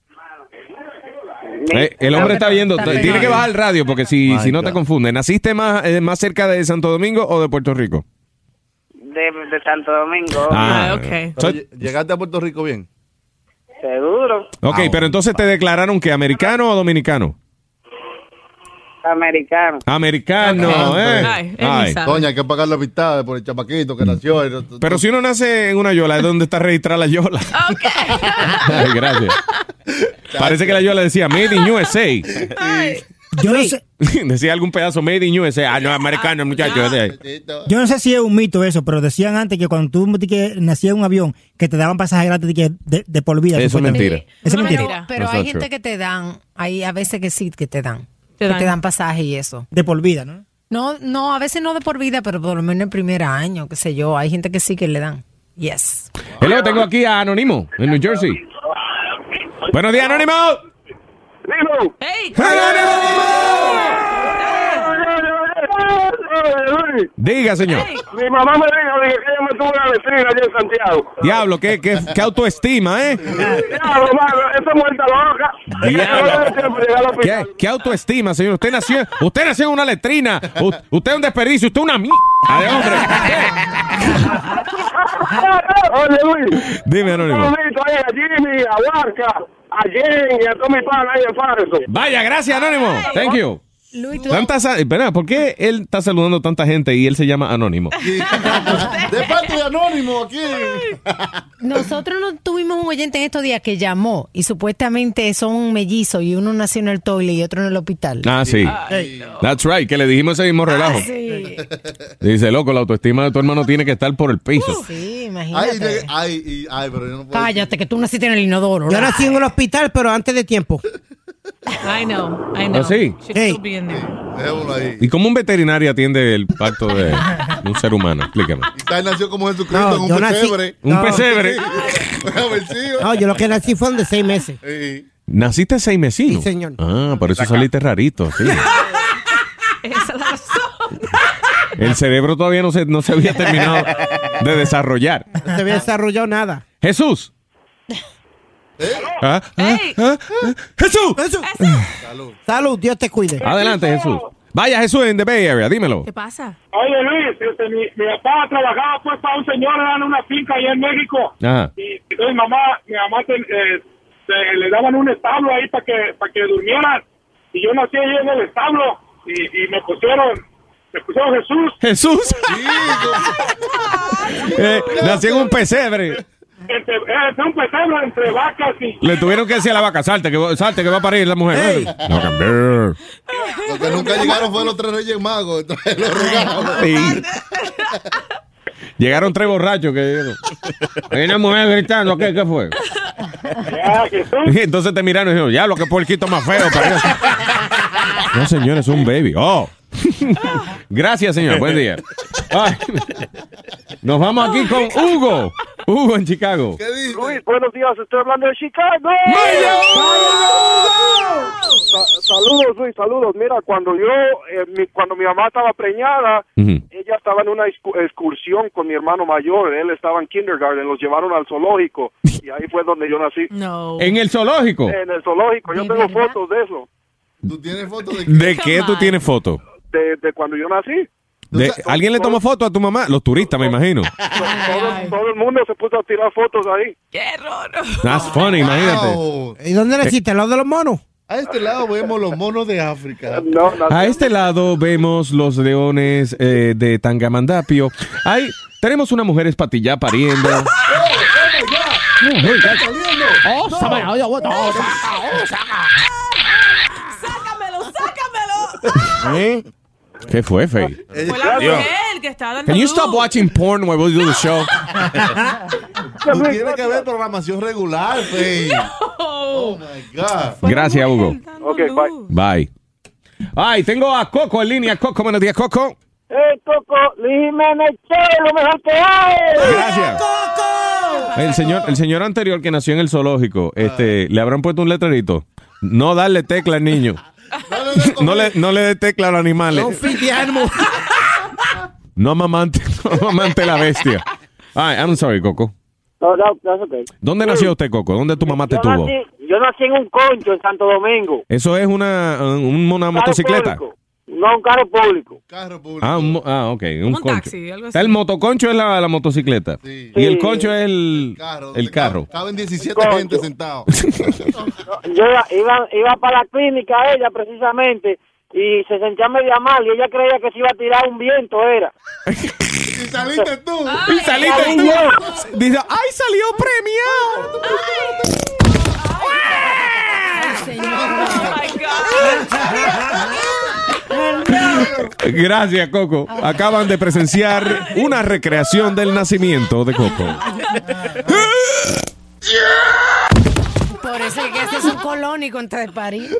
Eh, el hombre está viendo, Está tiene bien. que bajar el radio porque si, My si no te God. confunde. ¿Naciste más, eh, más cerca de Santo Domingo o de Puerto Rico? De, de Santo Domingo. Ah, ok. Pero So- ll- ¿Llegaste a Puerto Rico bien? Seguro. ok, pero entonces te declararon que americano o dominicano. Americano. Americano, Ok. ¿eh? Ay, él Ay. ni sabe. Doña, hay que pagar la mitad por el chamaquito que nació. y- Pero si uno nace en una yola, ¿es donde está registrada la yola? Ok. Ay, gracias. Parece que la yola decía Made in U S A. Yo no sé, Decía algún pedazo Made in U S A. Ah, no, americano, muchacho. yo no sé si es un mito eso, pero decían antes que cuando tú que nacías en un avión, que te daban pasaje gratis de, que- de, de por vida. Eso es supuestamente. mentira. Eso es No, mentira. mentira. Pero That's hay not gente true. que te dan, hay a veces que sí que te dan. Te que dan. te dan pasaje y eso. De por vida, ¿no? No, no, a veces no de por vida, pero por lo menos el primer año, qué sé yo. Hay gente que sí que le dan. Yes. Hello, tengo aquí a Anónimo, en New Jersey. Buenos días, Anónimo. Digo. ¡Hey! Diga, señor. Mi mamá me dijo dije, que ella me tuvo una letrina allá en Santiago. Diablo, qué, qué, qué autoestima, ¿eh? Diablo, mano, esa muerta loca. Diablo. ¿Qué, qué autoestima, señor. Usted nació, usted nació en una letrina. U, usted es un desperdicio. Usted es una mierda de hombre. Oye, Luis. Dime, Anónimo. Un saludito ahí a Jimmy, a Huarca, a Jen y a todos mis panas ahí en Farso. Vaya, gracias, Anónimo. Thank you. Luis, Tantas, espera, ¿por qué él está saludando a tanta gente y él se llama Anónimo? De parte de Anónimo aquí. Nosotros no tuvimos un oyente en estos días que llamó y supuestamente son mellizos y uno nació en el toile y otro en el hospital. Ah, sí. Ay, no. That's right, que le dijimos ese mismo relajo. Ah, sí. Dice, loco, la autoestima de tu hermano tiene que estar por el piso. Sí, Ay, imagínate. de- ay, y- ay, pero yo no puedo. Cállate, que tú naciste en el inodoro. Yo ¿no? nací en un hospital, pero antes de tiempo. I know, I know. ¿Ah, sí? Should Hey. still be in there. Dejémoslo ahí. ¿Y cómo un veterinario atiende el pacto de, de un ser humano? Explícame. Y tal nació como Jesucristo No, en un yo nací- pesebre. Un No. pesebre. No, yo lo que nací fue de seis meses. Sí. ¿Naciste seis mesinos? Sí, señor. Ah, por eso saliste rarito, sí. Esa es la razón. El cerebro todavía no se, no se había terminado de desarrollar. No se había desarrollado nada. Jesús. Ah, ah, Hey. ah, ah. Jesús. Jesús. Salud. Salud, Dios te cuide. Adelante, Jesús. Vaya, Jesús, en the Bay Area, dímelo. ¿Qué pasa? Oye, Luis, este, mi, mi papá trabajaba pues para un señor en una finca allá en México. Ajá. Y entonces mamá, mi mamá te- eh, te- le daban un establo ahí para que para que durmieran. Y yo nací ahí en el establo y, y me pusieron me pusieron Jesús. Jesús. Eh, nació en un pesebre. Entre, eh, entre un pesebre entre vacas y... Le tuvieron que decir a la vaca, salte, que, va- salte, que va a parir la mujer. Ey. No, cambiar. Lo que nunca llegaron fue los tres reyes magos. Entonces los regalos. Sí. Llegaron tres borrachos que dijeron, hay una mujer gritando, ¿qué, qué fue? Ya, Jesús. Y entonces te miraron y dijeron, ya, lo que puerquito más feo. Para no, señor, es un baby. Oh. Gracias, señor. Buen día. Ay. Nos vamos aquí con Hugo. Hugo en Chicago. ¿Qué dice? Luis, buenos días, estoy hablando de Chicago. Sa- saludos, Luis, saludos. Mira, cuando yo, eh, mi, cuando mi mamá estaba preñada, Ujú. ella estaba en una excu- excursión con mi hermano mayor. Él estaba en kindergarten, los llevaron al zoológico y ahí fue donde yo nací. No. En el zoológico. En el zoológico, yo ¿De tengo verdad? fotos de eso, ¿Tú tienes fotos de ¿De qué tú tienes foto? de, de cuando yo nací. De, ¿Alguien le tomó foto a tu mamá? Los turistas, me imagino. Todo, todo el mundo se puso a tirar fotos ahí. ¡Qué error! That's funny, imagínate. Wow. ¿Y dónde naciste? ¿Al lado de los monos? A este lado vemos los monos de África. No, no, A este lado vemos los leones eh, de Tangamandapio. Ahí tenemos una mujer espatillá pariendo. Oh, sabe, oye, oye, oh, ¡Sácamelo, sácamelo! ¿Eh? ¿Qué fue, Faye? Fue la mujer que estaba dando Can you luz. stop watching porn while we do the show? Tú tienes que ver programación regular, Fey. Oh my God. Gracias, Hugo. Ok, bye. Bye. Ay, tengo a Coco en línea. Coco, buenos días, Coco. ¡Eh, Coco! ¡Luis Jiménez, che, lo mejor que hay! Gracias. El señor, el señor anterior que nació en el zoológico, este, le habrán puesto un letrerito. No darle tecla al niño. No le, no le dé tecla a los animales. No feed the animal. No amamante, no amamante la bestia. Ay, I'm sorry, Coco. No, no, that's okay. ¿Dónde nació usted, Coco? ¿Dónde tu mamá te Yo tuvo? nací, yo nací en un concho en Santo Domingo. Eso es una, un- una Carro motocicleta. público. No, un carro público. Carro público. Ah, un mo- ah, ok, un, Un concho. taxi, algo así. El motoconcho es la, la motocicleta. Sí. Y el Sí. concho es el, Carro, el donde carro. cab- Caben diecisiete Concho. gente sentados. Yo iba, iba, iba para la clínica ella precisamente y se sentía media mal y ella creía que se iba a tirar un viento, era. Y saliste tú. Y saliste Salí tú. yo. Dice, ¡ay, salió premiado! Oh my God. Gracias, Coco. Acaban de presenciar una recreación del nacimiento de Coco. Por eso es que este es un colónico antes de París.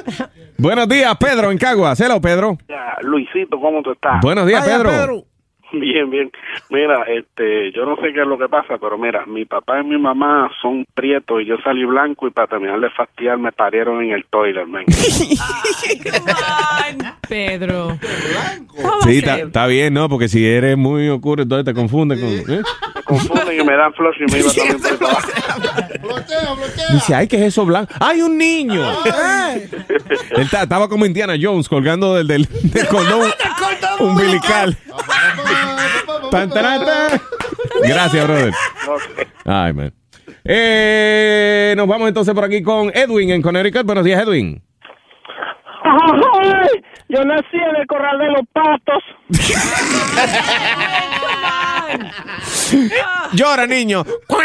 Buenos días, Pedro, en Caguas. Hello, Pedro. Luisito, ¿cómo tú estás? Buenos días, Vaya, Pedro. Pedro. Bien, bien. Mira, este, yo no sé qué es lo que pasa, pero mira, mi papá y mi mamá son prietos y yo salí blanco y para terminar de fastidiar me parieron en el toilet, man. Pedro. Sí, está bien, ¿no? Porque si eres muy oscuro, entonces te confunden con... ¿eh? Me confunden y me dan flush y me iba también por el trabajo. Dice, ay, ¿qué es eso blanco? ¡Ay, un niño! Él ta- estaba como Indiana Jones colgando del, del, del cordón umbilical. Tan, tan, tan. Gracias, brother. Ay, man. Eh, nos vamos entonces por aquí con Edwin en Connecticut. Buenos días, Edwin. Ay, yo nací en el corral de los patos. Llora, niño.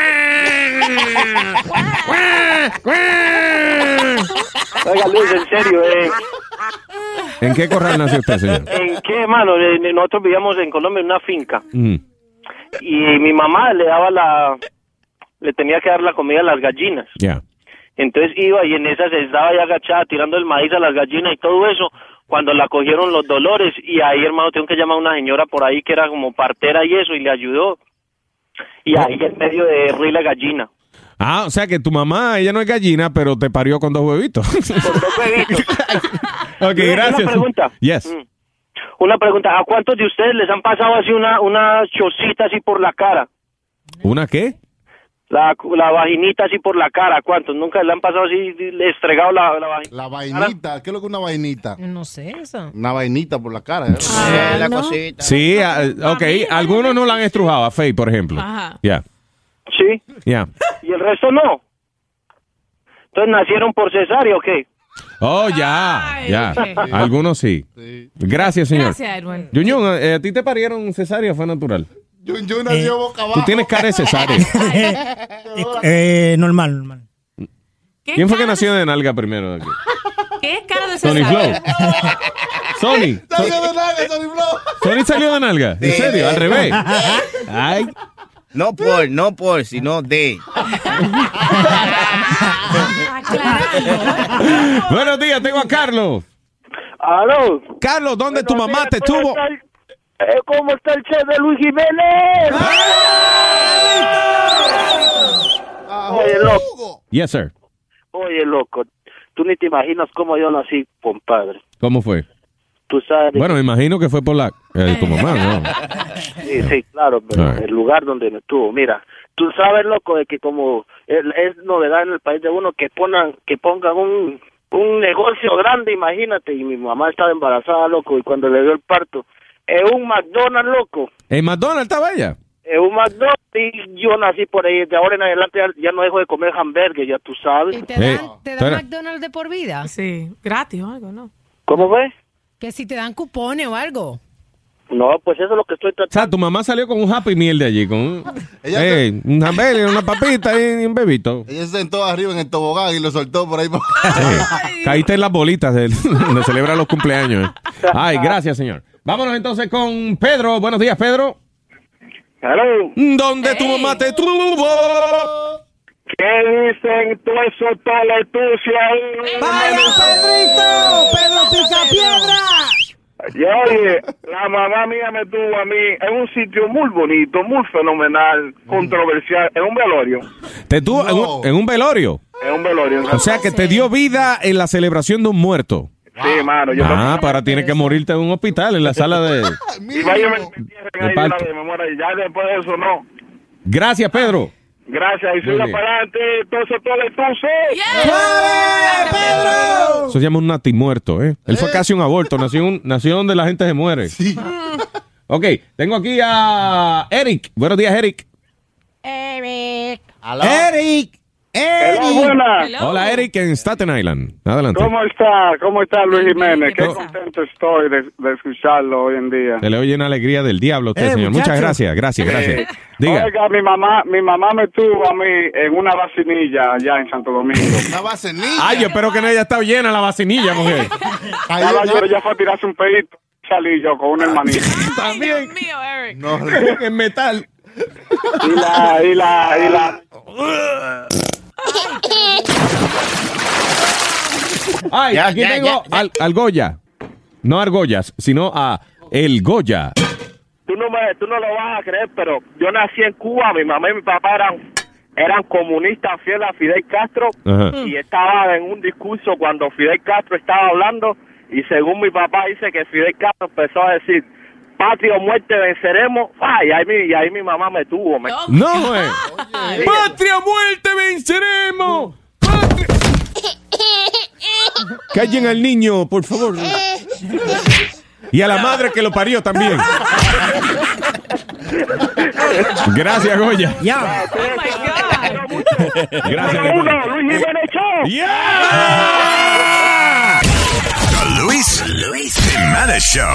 Oiga, Luis, en serio, eh. ¿En qué corral nació usted, señor? ¿En qué, mano? Eh, Nosotros vivíamos en Colombia en una finca. Mm. Y mi mamá le daba la... Le tenía que dar la comida a las gallinas. Ya. Entonces iba y en esa se estaba ya agachada tirando el maíz a las gallinas y todo eso. Cuando la cogieron los dolores y ahí, hermano, tengo que llamar a una señora por ahí que era como partera y eso y le ayudó. Y ahí en medio de rir la gallina. Ah, o sea que tu mamá, ella no es gallina, pero te parió con dos huevitos. Con dos huevitos. Ok, gracias. Una pregunta. Yes. Mm. Una pregunta. ¿A cuántos de ustedes les han pasado así una, una chocita así por la cara? ¿Una qué? La, la vaginita así por la cara. ¿A cuántos? ¿Nunca le han pasado así, le estregado la, la vaginita? La vainita, ¿qué es lo que es una vainita? No sé eso. Una vainita por la cara. ¿eh? Ah, la ¿no? cosita. Sí, ah, ok. Algunos no la han estrujado, a Faye, por ejemplo. Ajá. Ya. Sí. Ya. ¿Y el resto no? Entonces, ¿nacieron por cesárea o qué? Oh, ya, Ay, ya. ok. Algunos sí. Gracias, señor. Gracias, Edwin. Yuñón, ¿a, a ti te parieron cesárea o fue natural? Yo, yo nací boca abajo. Tú tienes cara de cesárea. eh, normal, normal. ¿Quién fue que nació de nalga primero? Aquí? ¿Qué es cara de Sony cesárea? Flow. Sony. Salió de nalga, Sony Flow. Sony salió de nalga. ¿En Sí. serio? Al revés. Ay. No por, no por, sino de. Buenos días, tengo a Carlos. ¿Aló? Carlos, ¿dónde tu mamá te tuvo? Eh, ¿Cómo está el chef de Luis Jiménez? Oye, loco. Yes, sir. Oye, loco. Tú ni te imaginas cómo yo nací, compadre. ¿Cómo fue? Tú sabes. Bueno, me imagino que fue por la eh, tu mamá, ¿no? Sí, sí, claro, pero All right. el lugar donde me tuvo. Mira, tú sabes, loco, de que como es, es novedad en el país de uno que pongan, que pongan un, un negocio grande, imagínate. Y mi mamá estaba embarazada, loco, y cuando le dio el parto, es un McDonald's, loco. ¿En McDonald's estaba ella? Es un McDonald's y yo nací por ahí. De ahora en adelante ya, ya no dejo de comer hamburgues, ya tú sabes. ¿Y te Eh, dan, te dan espera. McDonald's de por vida? Sí, gratis o algo, ¿no? ¿Cómo fue? Que si te dan cupones o algo. No, pues eso es lo que estoy O tratando. sea, tu mamá salió con un Happy Meal de allí, con un, Ella eh, un hamburger, una papita y un bebito. Ella se sentó arriba en el tobogán y lo soltó por ahí. por- Sí. Caíste en las bolitas del- donde celebra los cumpleaños. eh. Ay, gracias, señor. Vámonos entonces con Pedro. Buenos días, Pedro. Hello. ¿Dónde tu mamá te tuvo? ¿Qué dicen tú eso, toletucia ahí? ¡Vaya, Pedrito! ¡Pedro Picapiedra! Y oye, la mamá mía me tuvo a mí en un sitio muy bonito, muy fenomenal, controversial, en un velorio. ¿Te tuvo en, un, en un velorio? En un velorio. O sea, que te dio vida en la celebración de un muerto. Sí, mano. Yo Ah, para tienes que morirte en un hospital, en la sala de... Y vaya me entierren De ahí de una parto. vez, me muero ahí. Ya después de eso, no. Gracias, Pedro. Gracias. Y Muy siga bien. para adelante, todo eso, todo el tuce. ¡Suave, Pedro! Eso se llama un natimuerto, ¿eh? Él fue casi un aborto. Nació, un, nació donde la gente se muere. Sí. Ok, tengo aquí a Eric. Buenos días, Eric. Eric. Eric. Hello, Eric. buenas. Hola, Eric, en Staten Island. Adelante. ¿Cómo está? ¿Cómo está Luis Jiménez? Qué No. contento estoy de, de escucharlo hoy en día. Se le oye una alegría del diablo a usted, Eh, señor. muchacho. Muchas gracias, gracias, gracias. Diga. Oiga, mi mamá, mi mamá me tuvo a mí en una vacinilla allá en Santo Domingo. Una vasenilla. Ay, yo espero que no haya estado llena la vacinilla, mujer. Ahí Ya la no- lloré, ya fue a tirarse un pedito. Salí yo con una hermanita. También. Dios mío, Eric. no, En metal. Y la, y la, y la. Ay, Ya, aquí ya, tengo ya, ya. Al, al Goya. No a Argollas, sino a El Goya. tú no me, tú no lo vas a creer, pero yo nací en Cuba, mi mamá y mi papá eran, eran comunistas fieles a Fidel Castro. Ajá. Y estaba en un discurso cuando Fidel Castro estaba hablando y según mi papá dice que Fidel Castro empezó a decir patria o muerte venceremos. Ah, y ahí mi, y ahí mi mamá me tuvo. Me... No, güey. Patria o muerte venceremos. Patria. Callen al niño, por favor. Y a la madre que lo parió también. Gracias, Goya. Ya. Oh my God. Gracias. Uno, Luis Jiménez Show. Yeah. The Luis, Luis Jimenez Show.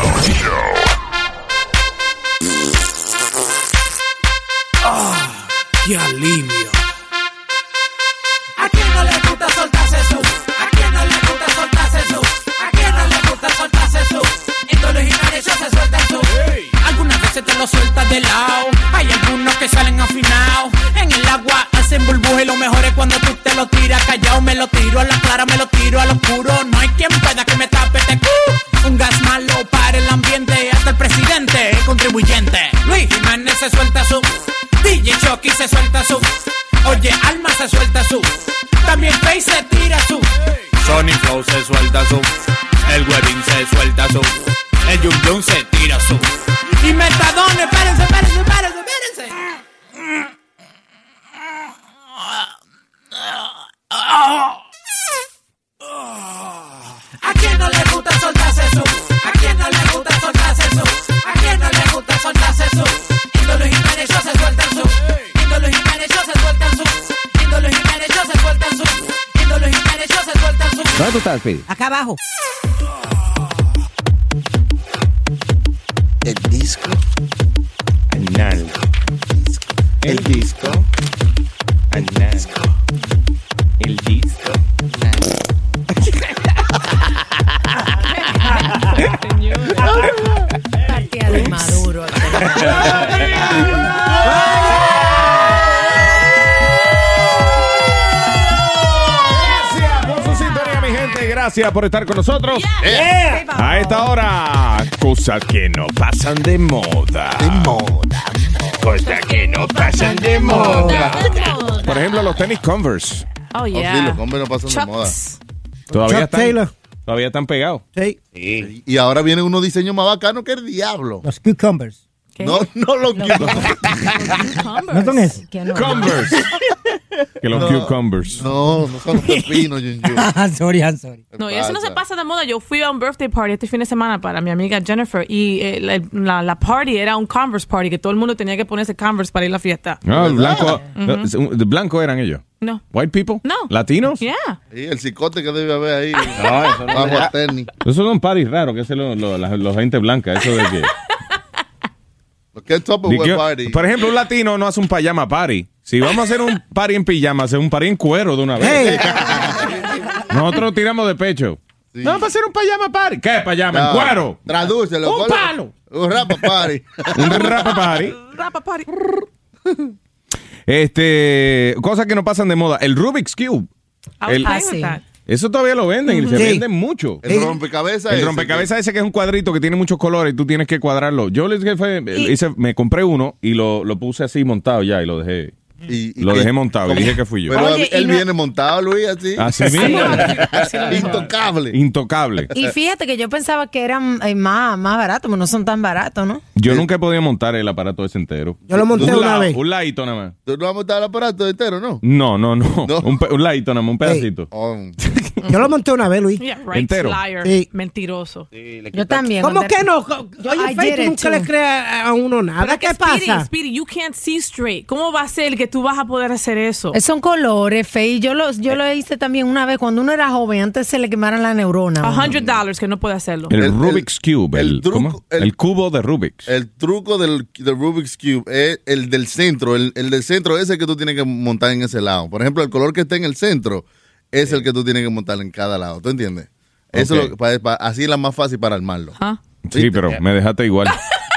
Oh, ¡qué alivio! ¿A quién no le gusta soltarse su? ¿A quién no le gusta soltarse su? ¿A quién no le gusta soltarse su? En todos los gimnasios se suelta su. Algunas veces te lo sueltas de lado. Hay algunos que salen afinados. En el agua hacen burbujas y lo mejor es cuando tú te lo tiras callado. Me lo tiro a la clara, me lo tiro al oscuro. No hay quien pueda que me tape este cu. Un gas malo para el ambiente. Hasta el presidente, el contribuyente. Luis Jiménez se suelta su. D J Chucky se suelta su. Oye, Alma se suelta su. También Face se tira su. Sony Flow se suelta su. El Webbing se suelta su. El Jum Jum se tira su. Y Metadona, espérense, espérense, espérense, espérense. ¿A quién no le gusta soltarse su? ¿A quién no le gusta soltarse su? ¿A quién no le gusta soltarse su? Indo los Jiménez se sueltan su. Indo los Jiménez se sueltan su. Indo los Jiménez se sueltan su. Indo los Jiménez se sueltan su. ¿Dónde tú estás, Speedy? Acá abajo. El disco anal. El disco anal. El disco Partida de Maduro. Gracias por su sintonía, mi gente. Gracias por estar con nosotros. Yeah. A esta hora, cosas que no pasan de moda. de moda. Cosas que no pasan de moda. Por ejemplo, los tenis Converse. Oh, Oh, yeah. sí, los hombres no pasan de moda. Chucks. Todavía Chuck están, Taylor. todavía están pegados. Sí. Sí. Y ahora vienen unos diseños más bacanos que el diablo. Los cucumbers. ¿Qué? No, no los Los- ¿No son esos? Que no. Converse. Que los No. cucumbers. No, no son los pepinos, Jun Jun. I'm sorry, I'm sorry. No, y eso no se pasa de moda. Yo fui a un birthday party este fin de semana para mi amiga Jennifer y eh, la, la, la party era un Converse party que todo el mundo tenía que ponerse Converse para ir a la fiesta. No, el blanco, de blanco eran ellos. No. White people? No. ¿Latinos? Yeah. Sí, el cicote que debe haber ahí. No, eso no bajo deja. el tenis. Esos son parties raros, que es lo, lo, la, los gente blanca. Eso de que. Los que top de que- party. por ejemplo, un latino no hace un pijama party. Si vamos a hacer un party en pijama, hacer un party en cuero de una vez. Hey. Nosotros tiramos de pecho. Sí. No, para hacer un pijama party. ¿Qué pijama? No, ¿En cuero? Tradúcelo. Un ponle- palo. Un rapa party. Un rap party. Rapa party. Este, cosas que no pasan de moda. El Rubik's Cube. I was El- playing Ah, with sí. that. Eso todavía lo venden y se Sí. venden mucho. El rompecabezas. El ese rompecabezas ese que es un cuadrito que tiene muchos colores y tú tienes que cuadrarlo. Yo les dije, fue, hice, me compré uno y lo, lo puse así montado ya y lo dejé. que- y- y Lo que- dejé montado y ¿Cómo? dije que fui yo. Pero Oye, y él no- viene montado, Luis, así. Así mismo. Intocable. Intocable. Y fíjate que yo pensaba que eran eh, más, más baratos, pero no son tan baratos, ¿no? Yo nunca he podido montar el aparato ese entero. Yo lo monté un una lado- vez. Un ladito nada más. ¿Tú no vas a montar el aparato entero, no? No, no, no. No. Un, pe- un ladito nada más, un pedacito. Oh, Yo lo monté una vez, Luis. Yeah, right. Entero. Liar. Sí. Mentiroso. Yo también. ¿Cómo cuando- que no? Yo- Oye, I Faye, did tú it nunca too. le crees a uno nada. Pero ¿Qué que Speedy, pasa? Speedy, you can't see straight. ¿Cómo va a ser que tú vas a poder hacer eso? Eh, Son colores, Fey. Yo lo, yo lo hice también una vez cuando uno era joven, antes se le quemaran la neurona. A hundred dollars que no puede hacerlo. El, El- Rubik's Cube. El, el truco- ¿cómo? el- El cubo de Rubik's. el truco del, del Rubik's Cube es el del centro. El, el del centro es el que tú tienes que montar en ese lado. Por ejemplo, el color que está en el centro es el que tú tienes que montar en cada lado. ¿Tú entiendes? Eso Ok. es lo que- pa- pa- así es la más fácil para armarlo. ¿Ah? Sí, pero me dejaste igual.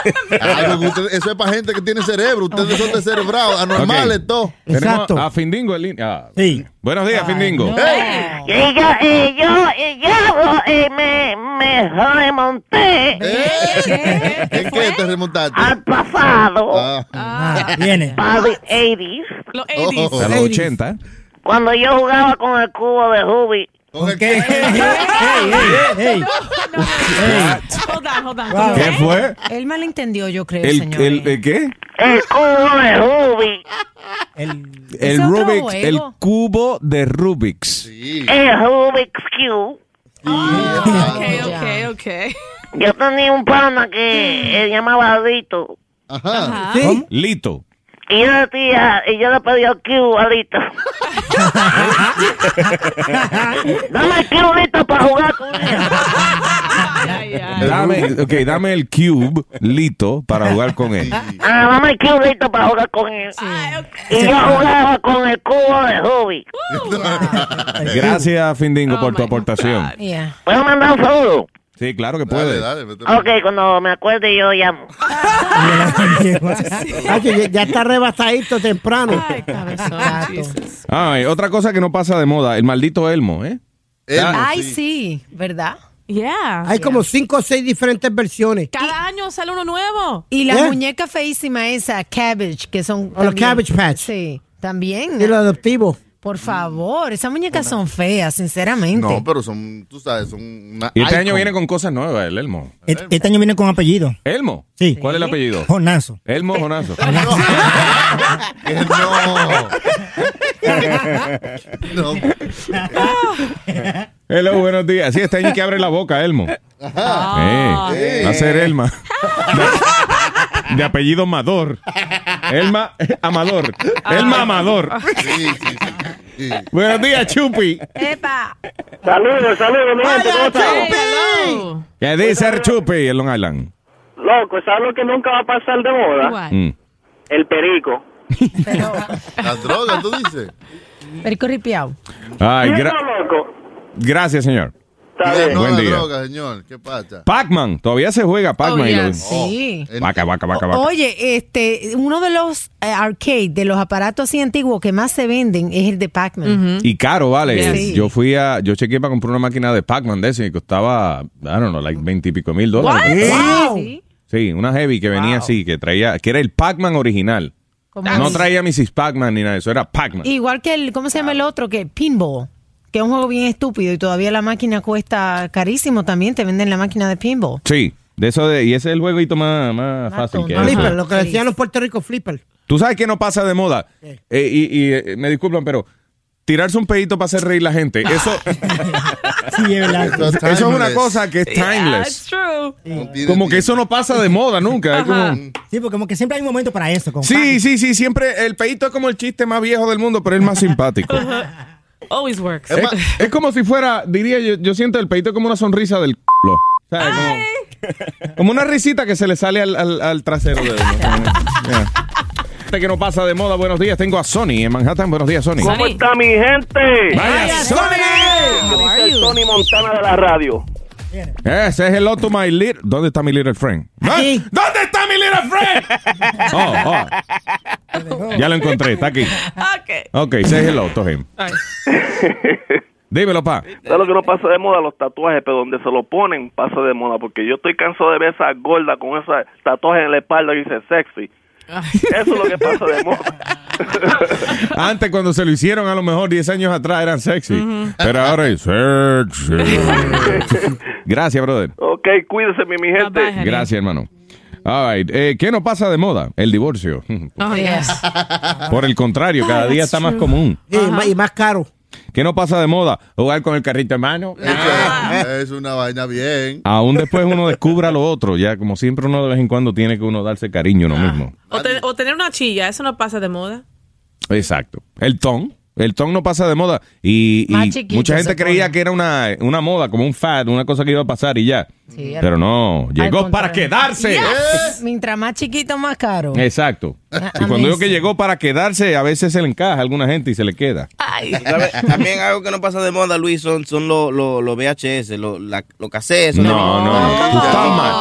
Ay, usted- eso es para gente que tiene cerebro. Ustedes son descerebrados, anormales, Ok. todo. Tenemos a Findingo en línea. Ah, Sí. Buenos días, Findingo. Y yo, y yo, y yo eh, me, me remonté ¿En qué te remontaste? al pasado, Ah. Viene. para los ochenta. Los Oh. A los ochenta. Cuando yo jugaba con el cubo de Rubik. ¿Con el ¿Qué? qué? Hey, hey, hey. Hold on, hold on. Wow. ¿Qué fue? Él malentendió, yo creo, El, señor. el, el qué? El cubo de Rubik. El, El ¿Es otro Rubik's, juego? el cubo de Rubik's. Sí. El Rubik's Cube. Okay, okay, okay. Yo tenía un pana que se llamaba Lito. Ajá. ¿Sí? Lito. Y yo decía, y yo le pedía el cube a Lito. Dame el cube, Lito, para jugar con él. Ay, ay. Dame, ok, dame el cube, Lito, para jugar con él. Ah, dame el cube, Lito, para jugar con él. Ay, okay. Y yo jugaba con el cubo de Rubik. Gracias, Findingo, Oh por tu my aportación. Yeah. ¿Puedo mandar un saludo? Sí, claro que Dale, puede. dale. vete. Ok, cuando me acuerde yo llamo. Ay, que ya, ya está rebastadito temprano. Ay, cabezón. Jesus. Ay, otra cosa que no pasa de moda, el maldito Elmo, ¿eh? Elmo, Ay, sí. sí, ¿verdad? Yeah. Hay como cinco o seis diferentes versiones. Cada año sale uno nuevo. Y la ¿Eh? muñeca feísima esa, Cabbage, que son... O los también- Cabbage Patch. Sí, también. Y los adoptivos. Por favor, esas muñecas son feas, sinceramente. No, pero son, tú sabes, son una Y este icon. año viene con cosas nuevas, el Elmo. Este, este año viene con apellido. ¿Elmo? Sí. ¿Cuál es el apellido? Jonazo. Elmo Jonazo. Que no. No. Hello, buenos días. Sí, este año hay que abre la boca, Elmo. Ah. Eh, va a ser Elma. De, de apellido Amador. Elma Amador. Elma Amador. Sí, sí, sí, sí. Buenos días, Chupi. ¡Epa! Saludos, saludos, mi gente, ¿cómo están? Hello. ¿Qué dice el Chupi en Long Island? Loco, ¿sabes lo que nunca va a pasar de moda? What? Mm. El perico. Pero, La droga, tú dices. perico ripiao. Ay, ¿Sí, gra- no, loco? gracias, señor. Está Diga, bien. no Buen la día. droga, señor. ¿Qué pasa? Pac-Man, todavía se juega Pac-Man. Oh, y lo- yes. Sí. En- Vaca, vaca, vaca, vaca. Oye, este, uno de los eh, arcade, de los aparatos así antiguos que más se venden es el de Pac-Man. Y caro, vale. Sí. Yo fui a, yo chequeé para comprar una máquina de Pac-Man de ese y costaba, I don't know, like veinte y pico mil dólares. What? Sí. Sí, una heavy que venía así, que traía, que era el Pac-Man original. Como No es. traía missus Pac-Man ni nada de eso, era Pac-Man. Igual que el, ¿cómo se llama el otro? Que Pinball. Que es un juego bien estúpido y todavía la máquina cuesta carísimo también. Te venden la máquina de pinball. Sí, de eso de, y ese es el jueguito más, más Más fácil que tonto. hay. Flipper, lo que decían los Puerto Rico Flipper. Tú sabes que no pasa de moda. Eh, y y, eh, me disculpan, pero tirarse un pedito para hacer reír la gente, eso, Sí, es verdad. Eso es eso es una timeless. cosa que es Yeah, timeless. it's true. No tiene Como que tiempo. eso no pasa de moda nunca. Es como, Sí, porque como que siempre hay un momento para eso. Con sí, sí, sí, siempre el pedito es como el chiste más viejo del mundo, pero es más simpático. Always works. Es, es como si fuera, diría yo, yo siento el pedito como una sonrisa del culo. ¿Sabes? Como, como una risita que se le sale al, al- al trasero de uno. Yeah. Este que no pasa de moda, buenos días. Tengo a Sony en Manhattan. Buenos días, Sony. ¿Cómo está mi gente? Vaya, Sony. How are Dice you? Tony Montana de la radio. Ese es hello to my little. ¿Dónde está mi little friend? Aquí. ¿Dónde está mi little friend? Oh, oh. Ya lo encontré, está aquí. Okay. Ok, say hello to him. All right. Dímelo, pa. ¿Sabes lo que no pasa de moda? Los tatuajes, pero donde se lo ponen pasa de moda. Porque yo estoy cansado de ver esa gorda con esos tatuajes en la espalda que dice sexy. Eso es lo que pasa de moda. Antes, cuando se lo hicieron, a lo mejor diez años atrás eran sexy. Pero ahora es sexy. Gracias, brother. Ok, cuídese, mi, mi gente. Bye, bye, honey. Gracias, hermano. All right. Eh, ¿Qué no pasa de moda? El divorcio. Oh, yes. Por el contrario, cada día está más común. Sí, más- y más caro. ¿Qué no pasa de moda? Jugar con el carrito en mano. Eso es una vaina bien. Aún después uno descubra lo otro. Ya, como siempre, uno de vez en cuando tiene que uno darse cariño uno mismo. O, te- o tener una chilla, eso no pasa de moda. Exacto. El ton. El ton no pasa de moda. Y, y Más chiquito mucha gente se creía pone. que era una, una moda, como un fad, una cosa que iba a pasar y ya. Sí, al- Pero no, llegó al para contrario. quedarse. Yes. Mientras más chiquito, más caro. Exacto. Ah, Y cuando digo amazing. que llegó para quedarse, a veces se le encaja a alguna gente y se le queda. Ay. ¿Sabes? También algo que no pasa de moda, Luis, son, son los los los V H S, los la- los cassettes. No, no, no. Tú estás mal.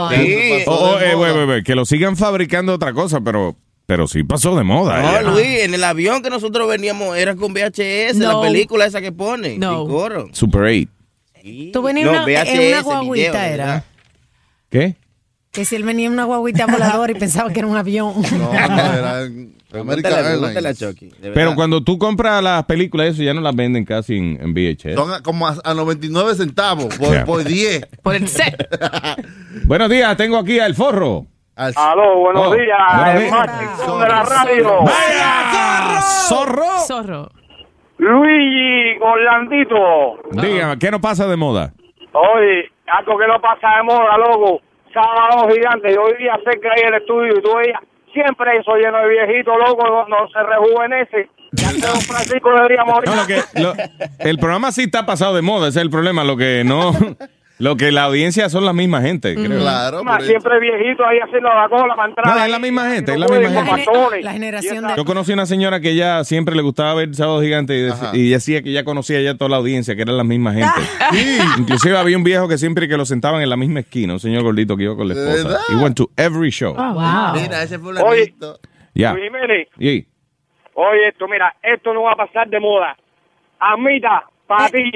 on. Sí. Oh, oh, eh, wey, wey, wey, que lo sigan fabricando otra cosa, pero... Pero sí pasó de moda. No, ya. Luis, en el avión que nosotros veníamos era con V H S, No. la película esa que ponen. No. sin coro. Super ocho. Tú venías No, una- V H S, en una guaguita, video, era. ¿verdad? ¿Qué? Que si él venía en una guaguita voladora y pensaba que era un avión. No, no, era en American Pregúntale, Airlines. pregúntale a Chucky, de Pero verdad. cuando tú compras las películas, eso ya no las venden casi en, en V H S. Son a- como a, a noventa y nueve centavos por, Yeah. por diez. Por el set. Buenos días, tengo aquí al Forro. Aló, buenos Oh, días, buenos el días. más chingón de la radio. ¡Vaya! ¡Zorro! Zorro. Luigi Orlandito. Dígame, ¿qué no pasa de moda? Oye, algo que no pasa de moda, loco. Sábado gigante. Yo vivía cerca ahí del estudio y tú veías siempre eso lleno de viejitos, loco, no, no se rejuvenece. Ya que Don Francisco debería morir. No, lo que, lo- el programa sí está pasado de moda, ese es el problema. Lo que no, lo que la audiencia son la misma gente, creo. Claro. Más, siempre viejitos ahí haciendo la cola para entrar. No, es ahí. la misma gente, es No la pueden misma con gente. matones. La generación Y de... Yo conocí una señora que ya siempre le gustaba ver Sábado Gigante y, dec- Ajá. y decía que ya conocía ya toda la audiencia, que eran la misma gente. Sí. Inclusive había un viejo que siempre que lo sentaban en la misma esquina, un señor gordito que iba con la ¿De esposa. verdad? He went to every show. Oh, wow. Mira, ese fue Oye, Ya. Luis Jiménez, Y oye esto, mira, esto no va a pasar de moda. Amita, para ti.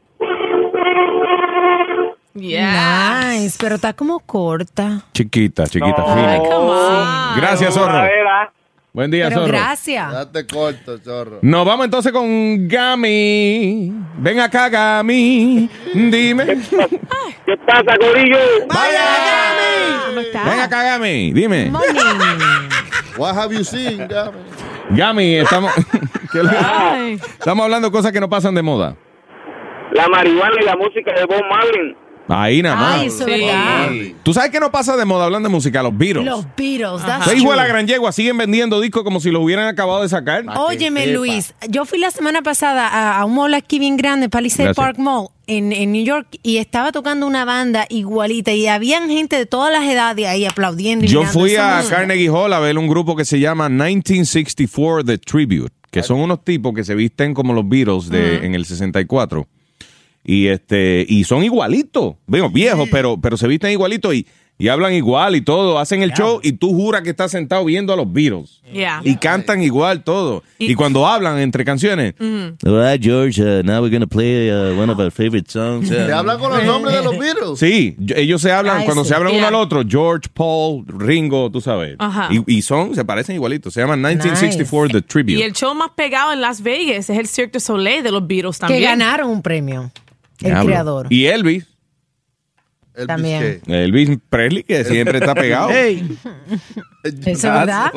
Yeah. Nice, pero está como corta. chiquita, chiquita, No. fina. Ay, come on. Gracias, Zorro. Verdadera. Buen día, Pero Zorro. gracias. Date corto, zorro. Nos vamos entonces con Gami. Ven acá, Gami. Dime. ¿Qué pasa, Corillo? ¡Vaya, Gami! ¿Cómo está? Ven acá, Gami. Dime. Morning. What have you seen, Gaby? Gami, estamos... ¿Qué le- Ay. Estamos hablando de cosas que no pasan de moda. La marihuana y la música de Bob Marley. Ahí nada más. Ay, eso es Sí. verdad. ¿Tú sabes qué no pasa de moda hablando de música? Los Beatles. Los Beatles, that's Ese hijo de true. la gran yegua siguen vendiendo discos como si los hubieran acabado de sacar. Óyeme, sepa. Luis, yo fui la semana pasada a, a un mall aquí bien grande, Palisade Gracias. Park Mall, en, en New York, y estaba tocando una banda igualita, y habían gente de todas las edades ahí aplaudiendo. Y Yo mirando fui esa a música. Carnegie Hall a ver un grupo que se llama nineteen sixty-four The Tribute, que son unos tipos que se visten como los Beatles de, en el sesenta y cuatro. Y este y son igualitos, bueno, viejos, pero, pero se visten igualitos y, y hablan igual y todo. Hacen el show y tú juras que estás sentado viendo a los Beatles. Yeah. Y cantan igual todo. Y, Y- cuando hablan entre canciones, Mhm. All right, George, uh, now we're going to play uh, one of our favorite songs. ¿Te hablan con los nombres de los Beatles? sí, yo- ellos se hablan, Ay, cuando sí. se hablan uno Yeah. al otro, George, Paul, Ringo, tú sabes. Ajá. Y, y son, se parecen igualitos. Se llaman nineteen sixty-four The Tribute. Y el show más pegado en Las Vegas es el Cirque du Soleil de los Beatles Que también. ganaron un premio, el Diablo. creador. Y Elvis, Elvis, También. ¿qué? Elvis Presley, que siempre está pegado. Eso es verdad.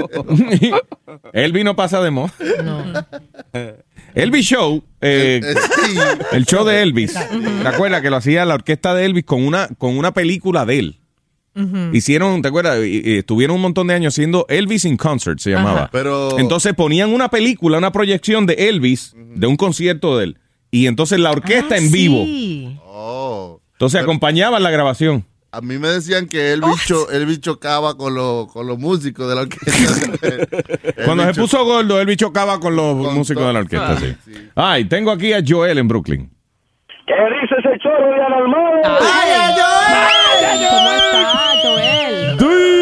Elvis no pasa de moda. No. Elvis Show, eh, Eh, sí. el show de Elvis. ¿Te acuerdas que lo hacía la orquesta de Elvis con una, con una película de él? Hicieron, ¿te acuerdas? Y- y estuvieron un montón de años haciendo Elvis in Concert, se llamaba. Pero- Entonces ponían una película, una proyección de Elvis, de un concierto de él. Y entonces la orquesta Ah, en vivo. sí. Oh. Entonces acompañaban la grabación. A mí me decían que el bicho, el bicho chocaba con, los con los músicos de la orquesta. Cuando se bicho- puso gordo, Elvis chocaba con los Con músicos todo. de la orquesta. Ah, sí. sí. Ay, tengo aquí a Joel en Brooklyn. ¿Qué dice ese chorro de anormal? ¡Ay, Joel! ¿Cómo está, Joel?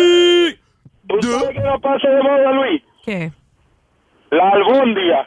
¿Tú sabes qué no pasa de moda, Luis? ¿Qué? La albúndia.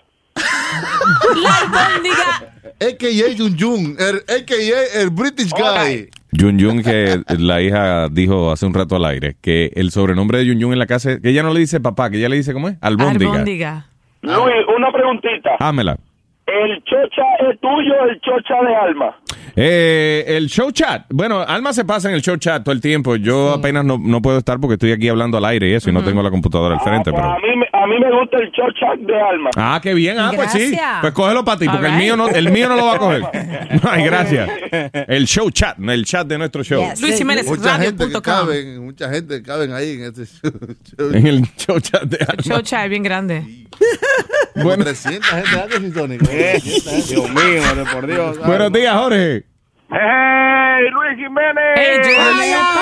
La albóndiga. A K A Jun Jun, el A K A el British guy. Jun Jun, que la hija dijo hace un rato al aire, que el sobrenombre de Jun Jun en la casa, que ella no le dice papá, que ella le dice, ¿cómo es? Albóndiga. Albóndiga. Luis, una preguntita. Hámela. ¿El chocha es tuyo o el chocha de Alma? Eh, el show chat. Bueno, Alma se pasa en el show chat todo el tiempo. Yo apenas no, no puedo estar porque estoy aquí hablando al aire y eso, y no tengo la computadora al frente. Pues Pero... a, mí, me- a mí me gusta el chocha de Alma. Ah, qué bien. Ah, pues sí. Gracias. Pues cógelo para ti, porque All el right. mío no, el mío no lo va a coger. Ay, gracias. El show chat, el chat de nuestro show. Yes. Luis Jiménez, Mucha gente radio que punto com. caben, mucha gente que caben ahí en este show. En el show chat de Alma. Show chat es bien grande. Como Bueno. trescientas gente antes, sí, Tony. Como Eh, trescientas gente. Dios mío, de por Dios. Buenos días, Jorge. ¡Hey, Luis Jiménez! Hey,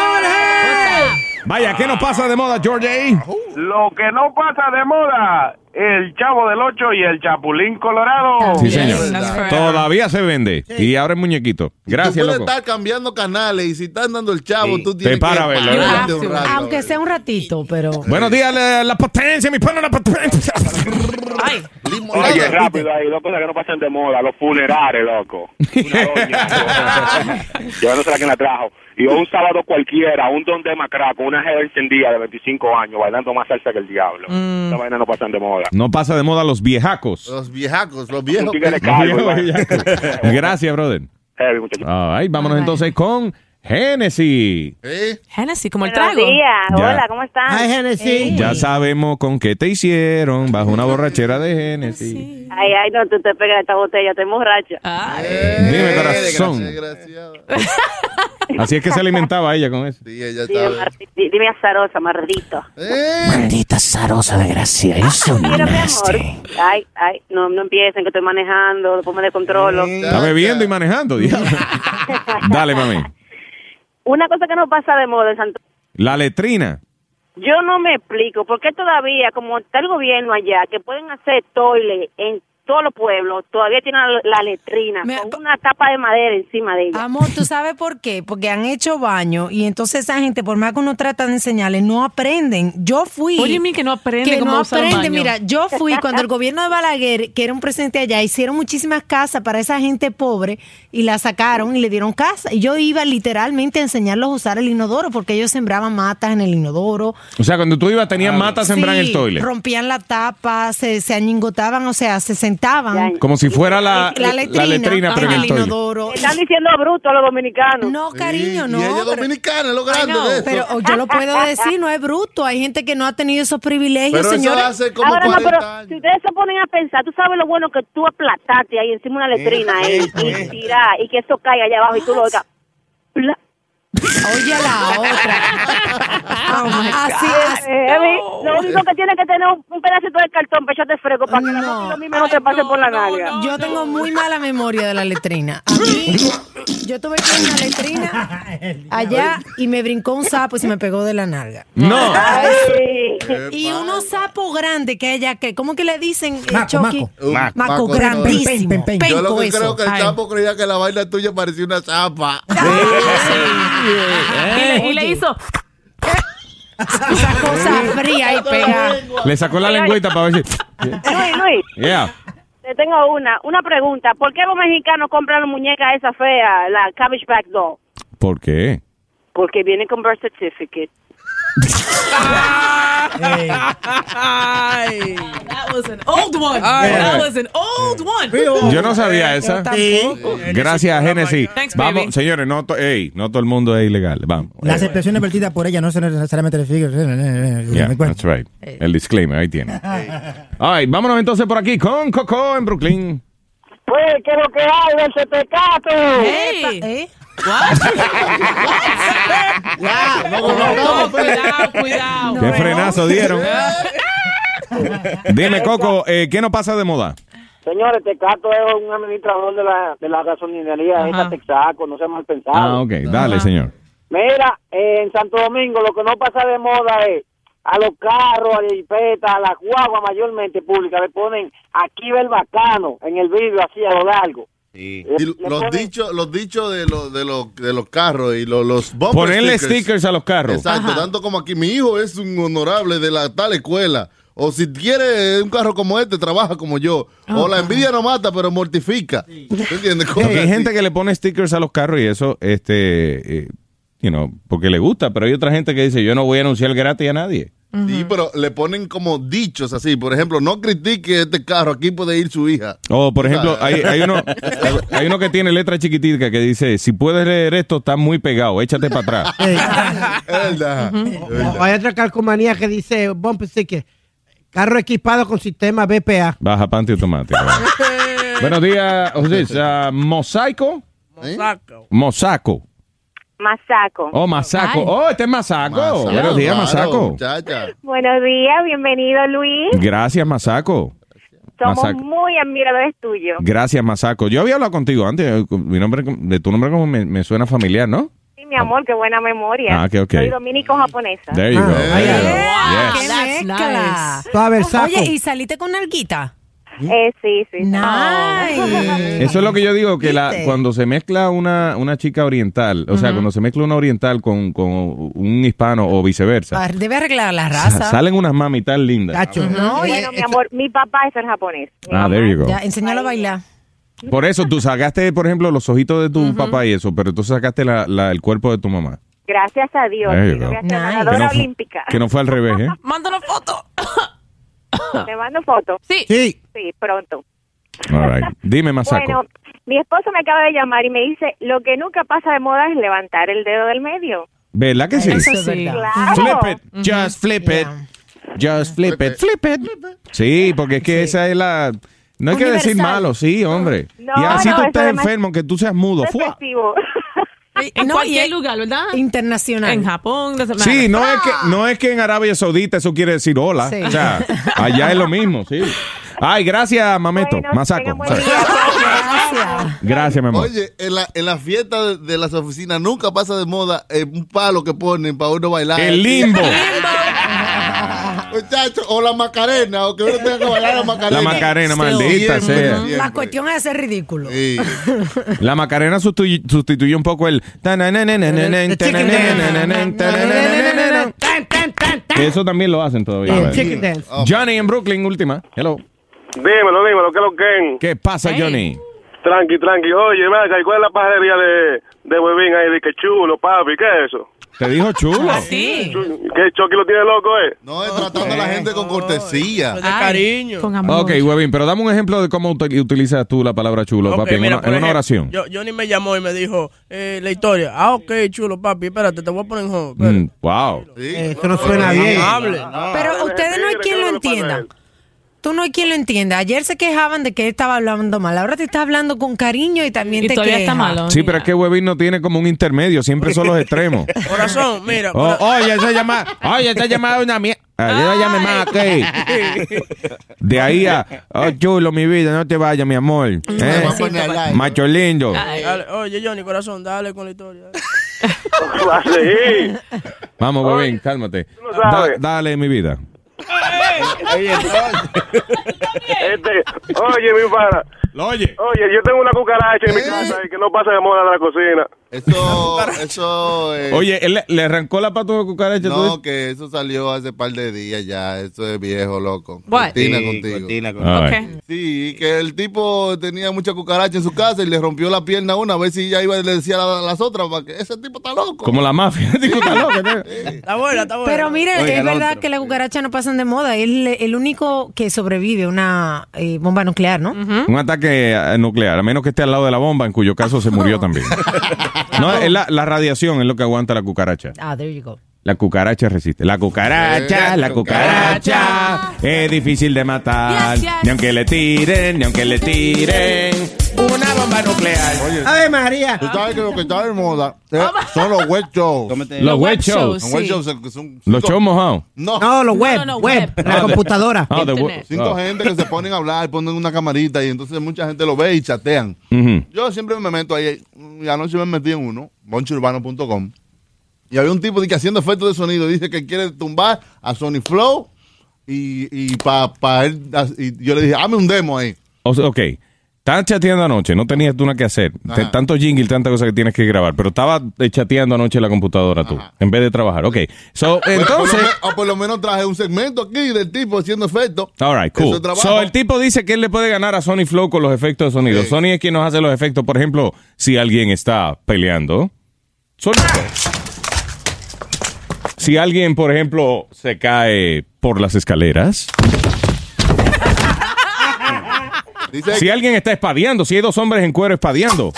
Joel. Vaya, ¿qué nos pasa de moda, George? Lo que no pasa de moda El Chavo del Ocho y el Chapulín Colorado. Sí, señor. Todavía se vende. Sí. Y abre muñequito. Gracias, tú puedes loco. estar cambiando canales y si están dando el chavo, sí. tú Te tienes para que verlo. pararte un rato. Aunque sea un ratito, pero... Buenos días, la, la potencia, mi pana, la potencia. Ay. Oye, rápido ahí, dos cosas que no pasan de moda, los funerales, loco. Una doña, yo no sé quién la trajo. Y un sábado cualquiera, un don de macra con una jeva encendida de veinticinco años, bailando más salsa que el diablo. Mm. Esa vaina no pasan de moda. No pasa de moda los viejacos. Los viejacos, los viejos. Calvo, Gracias, brother. Heavy, muchachos. All right, vámonos Ay. entonces con Hennessy. ¿Eh? Hennessy, como el Buenos trago. días. Ya. Hola, ¿cómo están? Ay, Hennessy. Ya sabemos con qué te hicieron bajo una borrachera de Hennessy. Ay, ay, no, tú te pegas esta botella, te borracha. Eh, Dime, corazón. Así es que se alimentaba ella con eso. Sí, ella Sí, mar- di- dime azarosa, maldito. Maldita zarosa de gracia, eso no Mira, mi nasty. amor. Ay, ay, no, no empiecen que estoy manejando, después me descontrolo. Está bebiendo y manejando, diablo. Dale, mami. Una cosa que no pasa de moda en Santo La letrina. yo no me explico por qué todavía, como está el gobierno allá, que pueden hacer toile en todos los pueblos, todavía tienen la, la letrina con una tapa de madera encima de ella. Amor, ¿tú sabes por qué? Porque han hecho baño y entonces esa gente, por más que uno trata de enseñarles, no aprenden. Yo fui... Oye, mi que no aprende Que cómo no usar un aprende. baño. Mira, yo fui cuando el gobierno de Balaguer, que era un presidente allá, hicieron muchísimas casas para esa gente pobre y la sacaron y le dieron casa. Y yo iba literalmente a enseñarlos a usar el inodoro porque ellos sembraban matas en el inodoro. O sea, cuando tú ibas tenían matas sembradas en el Sí, toilet. rompían la tapa, se, se añingotaban, o sea, se sentaban. Como si fuera la, La letrina, letrina, pero en el toilet. inodoro. Están diciendo bruto a los dominicanos. No, cariño, no. Y ella es pero- dominicana, es lo grande I know, de eso. pero yo lo puedo decir, no es bruto. Hay gente que no ha tenido esos privilegios, Pero eso señores. hace como Ahora, no, cuarenta pero años. si ustedes se ponen a pensar, tú sabes lo bueno que tú aplastaste ahí encima de una letrina ahí, y tirar, y que eso caiga allá abajo y tú lo oigas. Pla- Oye, la otra. Así es. Eh, Lo único que tiene que tener un, un pedacito de cartón para echarte fresco para que No. lo mismo no te pase por la nalga. Yo tengo muy mala memoria de la letrina. A mí, yo tuve que ir a una letrina allá y me brincó un sapo y se me pegó de la nalga. No. Ay. Y unos sapos grandes que ella, que ¿cómo que le dicen? eh, Maco, Chucky? maco. Un Maco, maco, grandísimo. pen, pen, pen. Yo lo Penco que eso. creo que el Ay. chapo creía que la vaina tuya parecía una zapa. Y le, y le hizo. Esa cosa fría y pegada. Le sacó la lengüita para ver si... Luis, Luis, Yeah. te tengo una, una pregunta. ¿Por qué los mexicanos compran la muñeca esa fea, la Cabbage Back Doll? ¿Por qué? Porque viene con birth certificate. Ay. That was an old one. Ay. That was an old one. Yo no sabía esa. tampoco. Gracias, Genesis. Thanks, baby. Vamos, señores, no, to- ey, no todo el mundo es ilegal. Vamos. Las Eh, expresiones vertidas por ella no son necesariamente referidas. yeah, that's right. El disclaimer, ahí tiene. All right, vámonos entonces por aquí con Coco en Brooklyn. Pues, ¿qué es lo que hay del cetecato? Hey. ¿Eh? Ya, no, no, No, no, cuidado, cuidado. ¿Qué frenazo dieron? Dime, Coco, eh, ¿qué no pasa de moda? Señores, Tecato es un administrador de la, de la gasolinería Ajá. esta Texaco, no sea mal pensado. Ah, ok, dale, señor. Mira, eh, en Santo Domingo lo que no pasa de moda es a los carros, a la jipeta, a las guaguas mayormente públicas, le ponen aquí va el bacano en el vídeo así a lo largo. Y Le- le los ponen- dichos, los dichos de los de los de los carros y los, los bumper Ponerle stickers a los carros. Exacto, Ajá. tanto como aquí mi hijo es un honorable de la tal escuela. O si quiere un carro como este, trabaja como yo. O la envidia no mata, pero mortifica. ¿Tú entiendes? Cosas Porque hay así. gente que le pone stickers a los carros y eso, este, eh, you know, porque le gusta, pero hay otra gente que dice, yo no voy a anunciar gratis a nadie. Sí, pero le ponen como dichos así. Por ejemplo, no critique este carro, aquí puede ir su hija. O, por ejemplo, hay, hay uno hay uno que tiene letra chiquitica que dice, si puedes leer esto, está muy pegado, échate para atrás. Ey. Es verdad. Es verdad. O hay otra calcomanía que dice bumper sticker, carro equipado con sistema B P A. Baja panty automático. Buenos días, José. Uh, ¿Mosaico? Saco. Mosaco. Masaco. Oh, Masaco. Ay. Oh, este es Masaco. Masaco, Buenos días, claro, Masaco. muchacha. Buenos días, bienvenido Luis. Gracias, Masaco. Somos Masaco. muy admiradores tuyos. Gracias, Masaco. Yo había hablado contigo antes. Mi nombre, de tu nombre como me, me suena familiar, ¿no? Sí, Sí, mi amor, qué buena memoria. Ah, ok, ok. Soy dominico-japonesa. There you go. Ah, Yes. ¡Qué mezcla! Suave el saco. Oye, ¿y saliste con alguita? Eh, sí, sí. Nice. Eso es lo que yo digo, que la, ¿Viste? cuando se mezcla una, una chica oriental, o sea, cuando se mezcla una oriental con, con un hispano o viceversa, Ah, Debe arreglar la sa- raza. salen unas mami tan lindas. No, Bueno, mi amor, mi papá es el japonés. Ah, there you go. Ya, enséñalo a bailar. Por eso tú sacaste, por ejemplo, los ojitos de tu papá y eso, pero entonces sacaste la, la- el cuerpo de tu mamá. Gracias a Dios. There you Sí, go. voy a ser Que ganadora no, fu- olímpica. que no fue al revés, ¿eh? Mándalo foto. ¿Te mando foto? Sí. Sí. Sí, pronto. All right. Dime, Masako. Bueno, mi esposo me acaba de llamar y me dice, lo que nunca pasa de moda es levantar el dedo del medio. ¿Verdad que sí? Eso es verdad. Claro. Flip it. Just flip it. Just flip it. Flip it. Sí, porque es que esa es la... No hay que decir Universal. malo, sí, hombre. No, y así no, tú eso estés además- enfermo, que tú seas mudo. ¡Fua! Efectivo. En No, cualquier y- lugar, ¿verdad? Internacional. En Japón. de- Sí, no es, que, no es que en Arabia Saudita eso quiere decir hola. Sí. O sea, allá es lo mismo, sí. Ay, gracias, Mameto. Bueno, Masaco. tengan buen ¿sabes? día. Gracias. Gracias, mi amor. Oye, en la, en la fiesta de, de las oficinas nunca pasa de moda eh, un palo que ponen para uno bailar. El limbo. Muchachos, o la Macarena, o que uno tenga que bailar la Macarena. La Macarena, Still. maldita Siempre, sea. siempre. La cuestión es hacer ridículo. Sí. La Macarena sustituy- sustituyó un poco el... Que eso también lo hacen todavía. Yeah, ¿verdad? chicken dance. Johnny en Brooklyn, última. Hello. Dímelo, dímelo, ¿qué es lo que es? ¿Qué pasa, Johnny? Tranqui, tranqui. Oye, ven acá, ¿y cuál es la pajarería de, de Huevín ahí? De que chulo, papi, ¿qué es eso? Te dijo chulo. Sí. ¿Qué Chucky lo tiene loco, eh? No, es tratando a la gente con cortesía. De cariño. Con amor. Ok, Webin, pero dame un ejemplo de cómo ut- utilizas tú la palabra chulo, Ok, papi, en, mira, una, por en una ejemplo, oración. Yo, Johnny me llamó y me dijo eh, la historia. Ah, ok, chulo, papi, espérate, te voy a poner en hold. espérate. Mm, wow. Sí. Eso no suena bien. Hable. Pero ustedes no hay quien lo entienda. Tú no hay quien lo entienda. Ayer se quejaban de que él estaba hablando mal. Ahora te está hablando con cariño y también Y te todavía queja. está malo. Sí, pero es que Webin no tiene como un intermedio, siempre son los extremos. Corazón, mira. Oh, cora- oye, esa llamada, oye, esta llamada es una mierda. Yo la llamé más, ok. De ahí a, oh, chulo, mi vida, no te vayas, mi amor. ¿Eh? Vamos a poner al aire. Macho lindo. Dale, oye, Johnny, corazón, dale con la historia. Va a seguir. Vamos, Webin, cálmate. no sabes. Da- dale, mi vida. Este, oye, mi pana. Lo oye. Oye, yo tengo una cucaracha en mi ¿Eh? casa y que no pasa de moda de la cocina. Eso, eso. eh, Oye, él le, le arrancó la pata de cucaracha. ¿tú no, dices? que eso salió hace par de días ya. Eso es viejo, loco. What? Cortina Sí, contigo. cortina con- Ay. Ok. Sí, que el tipo tenía mucha cucaracha en su casa y le rompió la pierna a una, a ver si ya iba y le decía a las otras, para que ese tipo está loco. Como la mafia. Digo, está loco, ¿no? Está buena, está buena. Pero mire, Oiga, es el verdad otro. que las cucarachas no pasan de moda. Es el, el único que sobrevive a una eh, bomba nuclear, ¿no? Un ataque eh, nuclear, a menos que esté al lado de la bomba, en cuyo caso se murió también. No, es la, la radiación es lo que aguanta la cucaracha. Ah, there you go. La cucaracha resiste. La cucaracha, Eh, la cucaracha es difícil de matar. Yes, yes. Ni aunque le tiren, ni aunque le tiren una bomba nuclear. Oye, Ave María. tú sabes que lo que está de moda eh, son los web shows. Cómete- Los web web shows. Son Sí. web shows que son Los cinco- shows mojados. No, No, los web, no, no, web, web. la Ah, de- computadora. Ah, de Internet. web. cinco Ah. gente que se ponen a hablar, ponen una camarita y entonces mucha gente lo ve y chatean. Ujú. Yo siempre me meto ahí, y anoche me metí en uno, boncho urbano punto com, y había un tipo de que haciendo efectos de sonido, dice que quiere tumbar a Sony Flow, y, y para pa él, y yo le dije, hazme un demo ahí. O sea, ok. Estabas chateando anoche, no tenías tú nada que hacer. Ajá. Te- tanto jingle, tanta cosa que tienes que grabar. Pero estabas eh, chateando anoche en la computadora tú, en vez de trabajar. Ok. So, Bueno, entonces. por, lo, me- o por lo menos traje un segmento aquí del tipo haciendo efectos. All right, Eso cool. es trabajo. So, el tipo dice que él le puede ganar a Sony Flow con los efectos de sonido. Sí. Sony es quien nos hace los efectos. Por ejemplo, si alguien está peleando, Sony. Si alguien, por ejemplo, se cae por las escaleras. Dice Si alguien está espadeando, si hay dos hombres en cuero espadeando.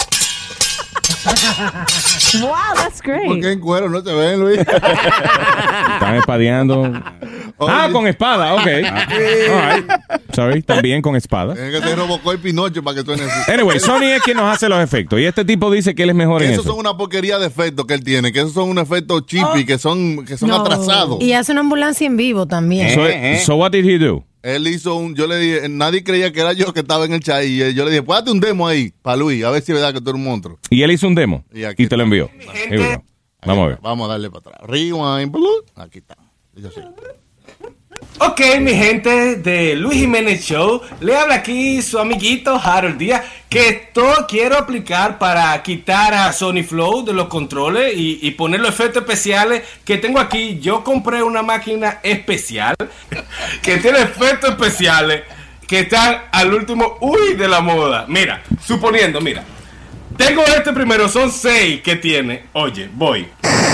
Wow, that's great. ¿por qué en cuero no te ven, Luis? Están espadeando. Ah, con espada, ok. All right. Sorry, también con espada. Tiene que ser Robocop y Pinocho para que suene así. Anyway, Sony es quien nos hace los efectos. Y este tipo dice que él es mejor Que en esos eso. son una porquería de efectos que él tiene, que esos son un efecto chippy, que son, que son No. atrasados. Y hace una ambulancia en vivo también. So, Eh, eh. so what did he do? Él hizo un, yo le dije, nadie creía que era yo que estaba en el chat y yo le dije, pues hazte un demo ahí para Luis, a ver si es verdad que tú eres un monstruo. Y él hizo un demo Y aquí y te lo envió. Here we go. Vamos a ver. Vamos a darle para atrás. Rewind, blue. Aquí está. Dice así. Ok, mi gente de Luis Jiménez Show, le habla aquí su amiguito Harold Díaz, que esto quiero aplicar para quitar a Sony Flow de los controles y, y poner los efectos especiales que tengo aquí. Yo compré una máquina especial que tiene efectos especiales que están al último uy de la moda. Mira, suponiendo, mira, tengo este primero, son seis que tiene. Oye, voy.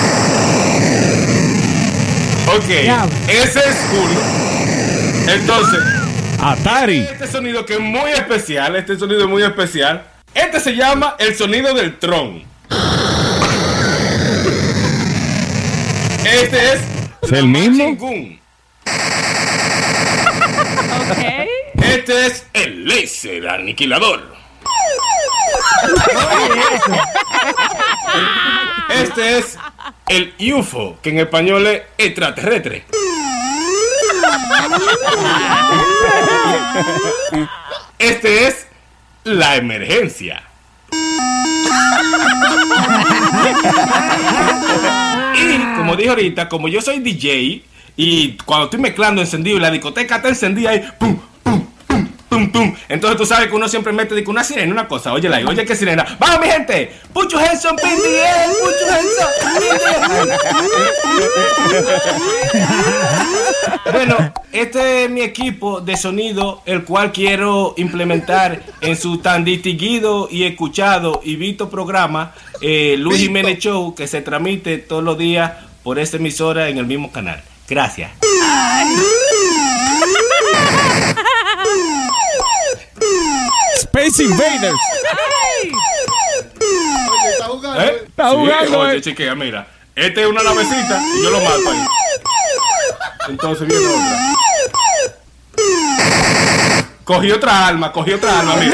Ok, ese es uno. Entonces, Atari. Este sonido que es muy especial, este sonido es muy especial. Este se llama el sonido del tron. Este es ¿Es el mismo? Okay. Este es el láser aniquilador. Este es el U F O, que en español es extraterrestre. Este es la emergencia. Y como dije ahorita, como yo soy D J y cuando estoy mezclando encendido y la discoteca está encendida ahí, pum, pum, pum, pum, pum. Entonces tú sabes que uno siempre mete de que una sirena, una cosa. Oye, la, oye, qué sirena. Vamos, mi gente. Put your hands up in the air. Put your hands up. Bueno, este es mi equipo de sonido, el cual quiero implementar en su tan distinguido y escuchado y visto programa, eh, Luis Jiménez Show, que se transmite todos los días por esta emisora en el mismo canal. Gracias. Space Invaders. Oye, está jugando. ¿Eh? Está jugando, Sí, oye, eh. chequea, mira. Este es una navecita y yo lo mato ahí. Entonces viene otra. Cogí otra alma, cogí otra alma, mira.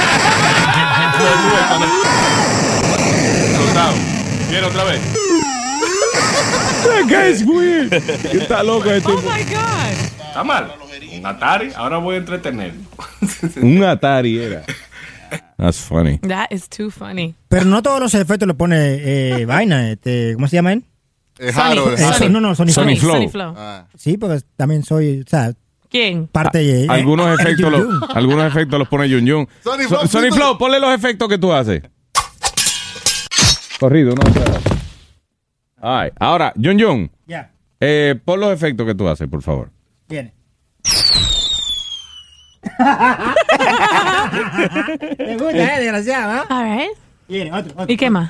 Soldado. Viene otra vez. That guy's weird. Está loco este Oh tipo. my God. Está mal. Un Atari, ahora voy a entretener. Un Atari era. That's funny. That is too funny. Pero no todos los efectos le pone eh, vaina. Este, ¿cómo se llama él? Eh, Harold, Eh, Harold. no, no, Sony, Sony Flow. Flow. Sony Flow. Ah. Sí, porque también soy, o sea, ¿Quién? parte de... Algunos eh, efectos, Jun los, Jun. algunos efectos los pone Jun Jun. Sony So- Flow, Sony sí, Flow, ponle los efectos que tú haces. Corrido, ¿no? All right. Ahora, Jun Jun, Ya, eh, pon los efectos que tú haces, por favor. viene. Te gusta, eh, desgraciado, ¿no? All right. Viene, otro, otro. ¿Y qué más?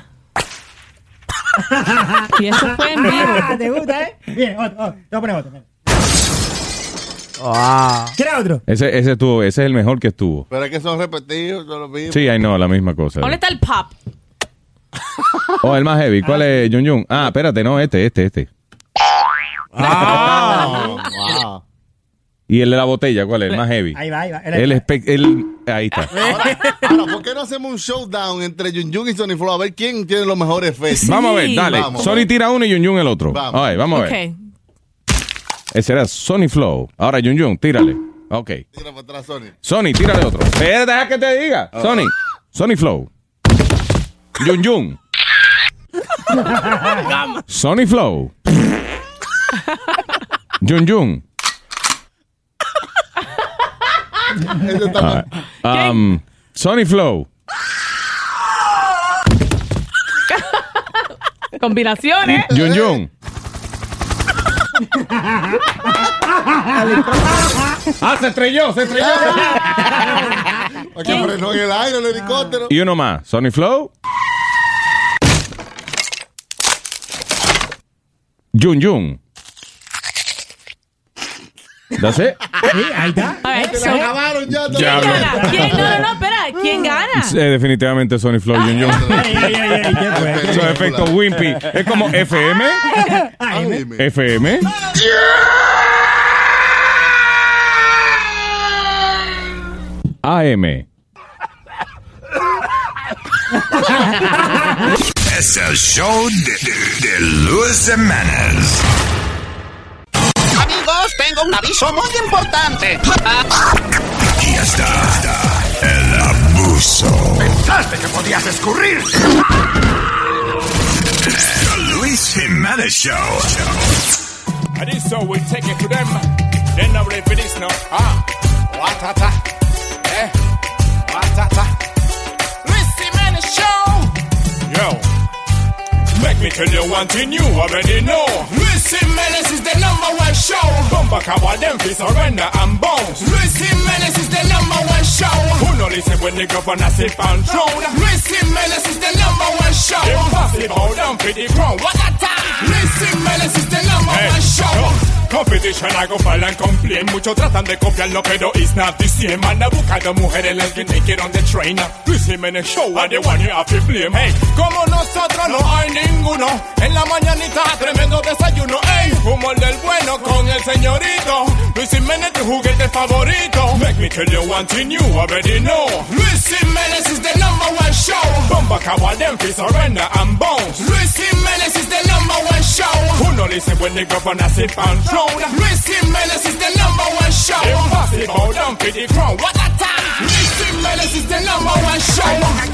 Y eso fue en vivo. ¿Te gusta, eh? Viene, otro, otro. Te voy a poner otro. Viene. Wow. ¿Quieres otro? Ese, ese estuvo, ese es el mejor que estuvo. Pero es que son repetidos, son los mismos. Sí, I know, la misma cosa. ¿Dónde está el pop? Oh, el más heavy. ¿Cuál es, Jun Jun? Ah, espérate, no, este, este, este. Ah, wow. Y el de la botella, ¿cuál es? El más heavy. Ahí va, ahí va. El, espe- el, ahí está. Ahora, ahora, ¿por qué no hacemos un showdown entre Jun Jun y Sony Flow? A ver quién tiene los mejores efectos. Vamos a ver, dale. Vamos. Sony tira uno y Jun Jun el otro. Vamos. All right, vamos a ver. Ok. Ese era Sony Flow. Ahora, Jun Jun, tírale. Ok. Tira para atrás, Sony. Sony, tírale otro. Espérate, deja que te diga. Sony. Sony Flow. Jun Jun. Sony Flow. Jun Jun. Ese está mal. Ah, um, Sony Flow. Combinaciones. Jun Jun. Ah, se estrelló, se estrelló. Porque frenó en el aire el helicóptero. Y uno más. Sony Flow. Jun Jun. That's it. Sí, ahí está. All right, Se so- la acabaron ya. Ya, ¿Quién bro. gana? ¿Quién? No, no, no, espera. ¿Quién gana? Eh, definitivamente Sony Flow Jun Jun. Ey, ey, ey, ey, ¿qué fue? Esos efectos Wimpy. Es como F M. Ay, me- Dime. F M. A M. Es el show de, de, de Luis Jiménez. Amigos, tengo un aviso muy importante. Aquí está, está el abuso. ¿Pensaste que podías escurrir? The Luis Luis Jimenez Show. And this so we take it to them. They're not ready for this now. Ah, watata. Eh, watata. Luis Jimenez Show. Yo. Make me tell you one thing you already know. Luis Jimenez is the number one show. Bumba Kawa, them fi surrender and bounce. Luis Jimenez is the number one show. Who no listen when the governor sit on throne? Luis Jimenez is the number one show. Impossible down for the crown. What a time! Luis Jimenez is the number hey, one show. No. Competition, I go file and complain. Muchos tratan de copiarlo, pero it's not the same. Anda buscando mujeres, las que take it on the train. Luis Jimenez Show, are the one you have to blame. Hey, como nosotros no hay ninguno. En la mañanita, tremendo desayuno. Hey, humor del bueno con el señorito. Luis Jimenez, tu juguete favorito. Make me tell you one thing you already know. Luis Jimenez is the number one show. Bomba Kawa, them fi surrender and bounce. Luis Jimenez is the number one show. Who no listen when the governor sit on throne? Luis Jimenez is the number one show. Impossible down for the crown. What a time! Luis Jimenez is the number one show.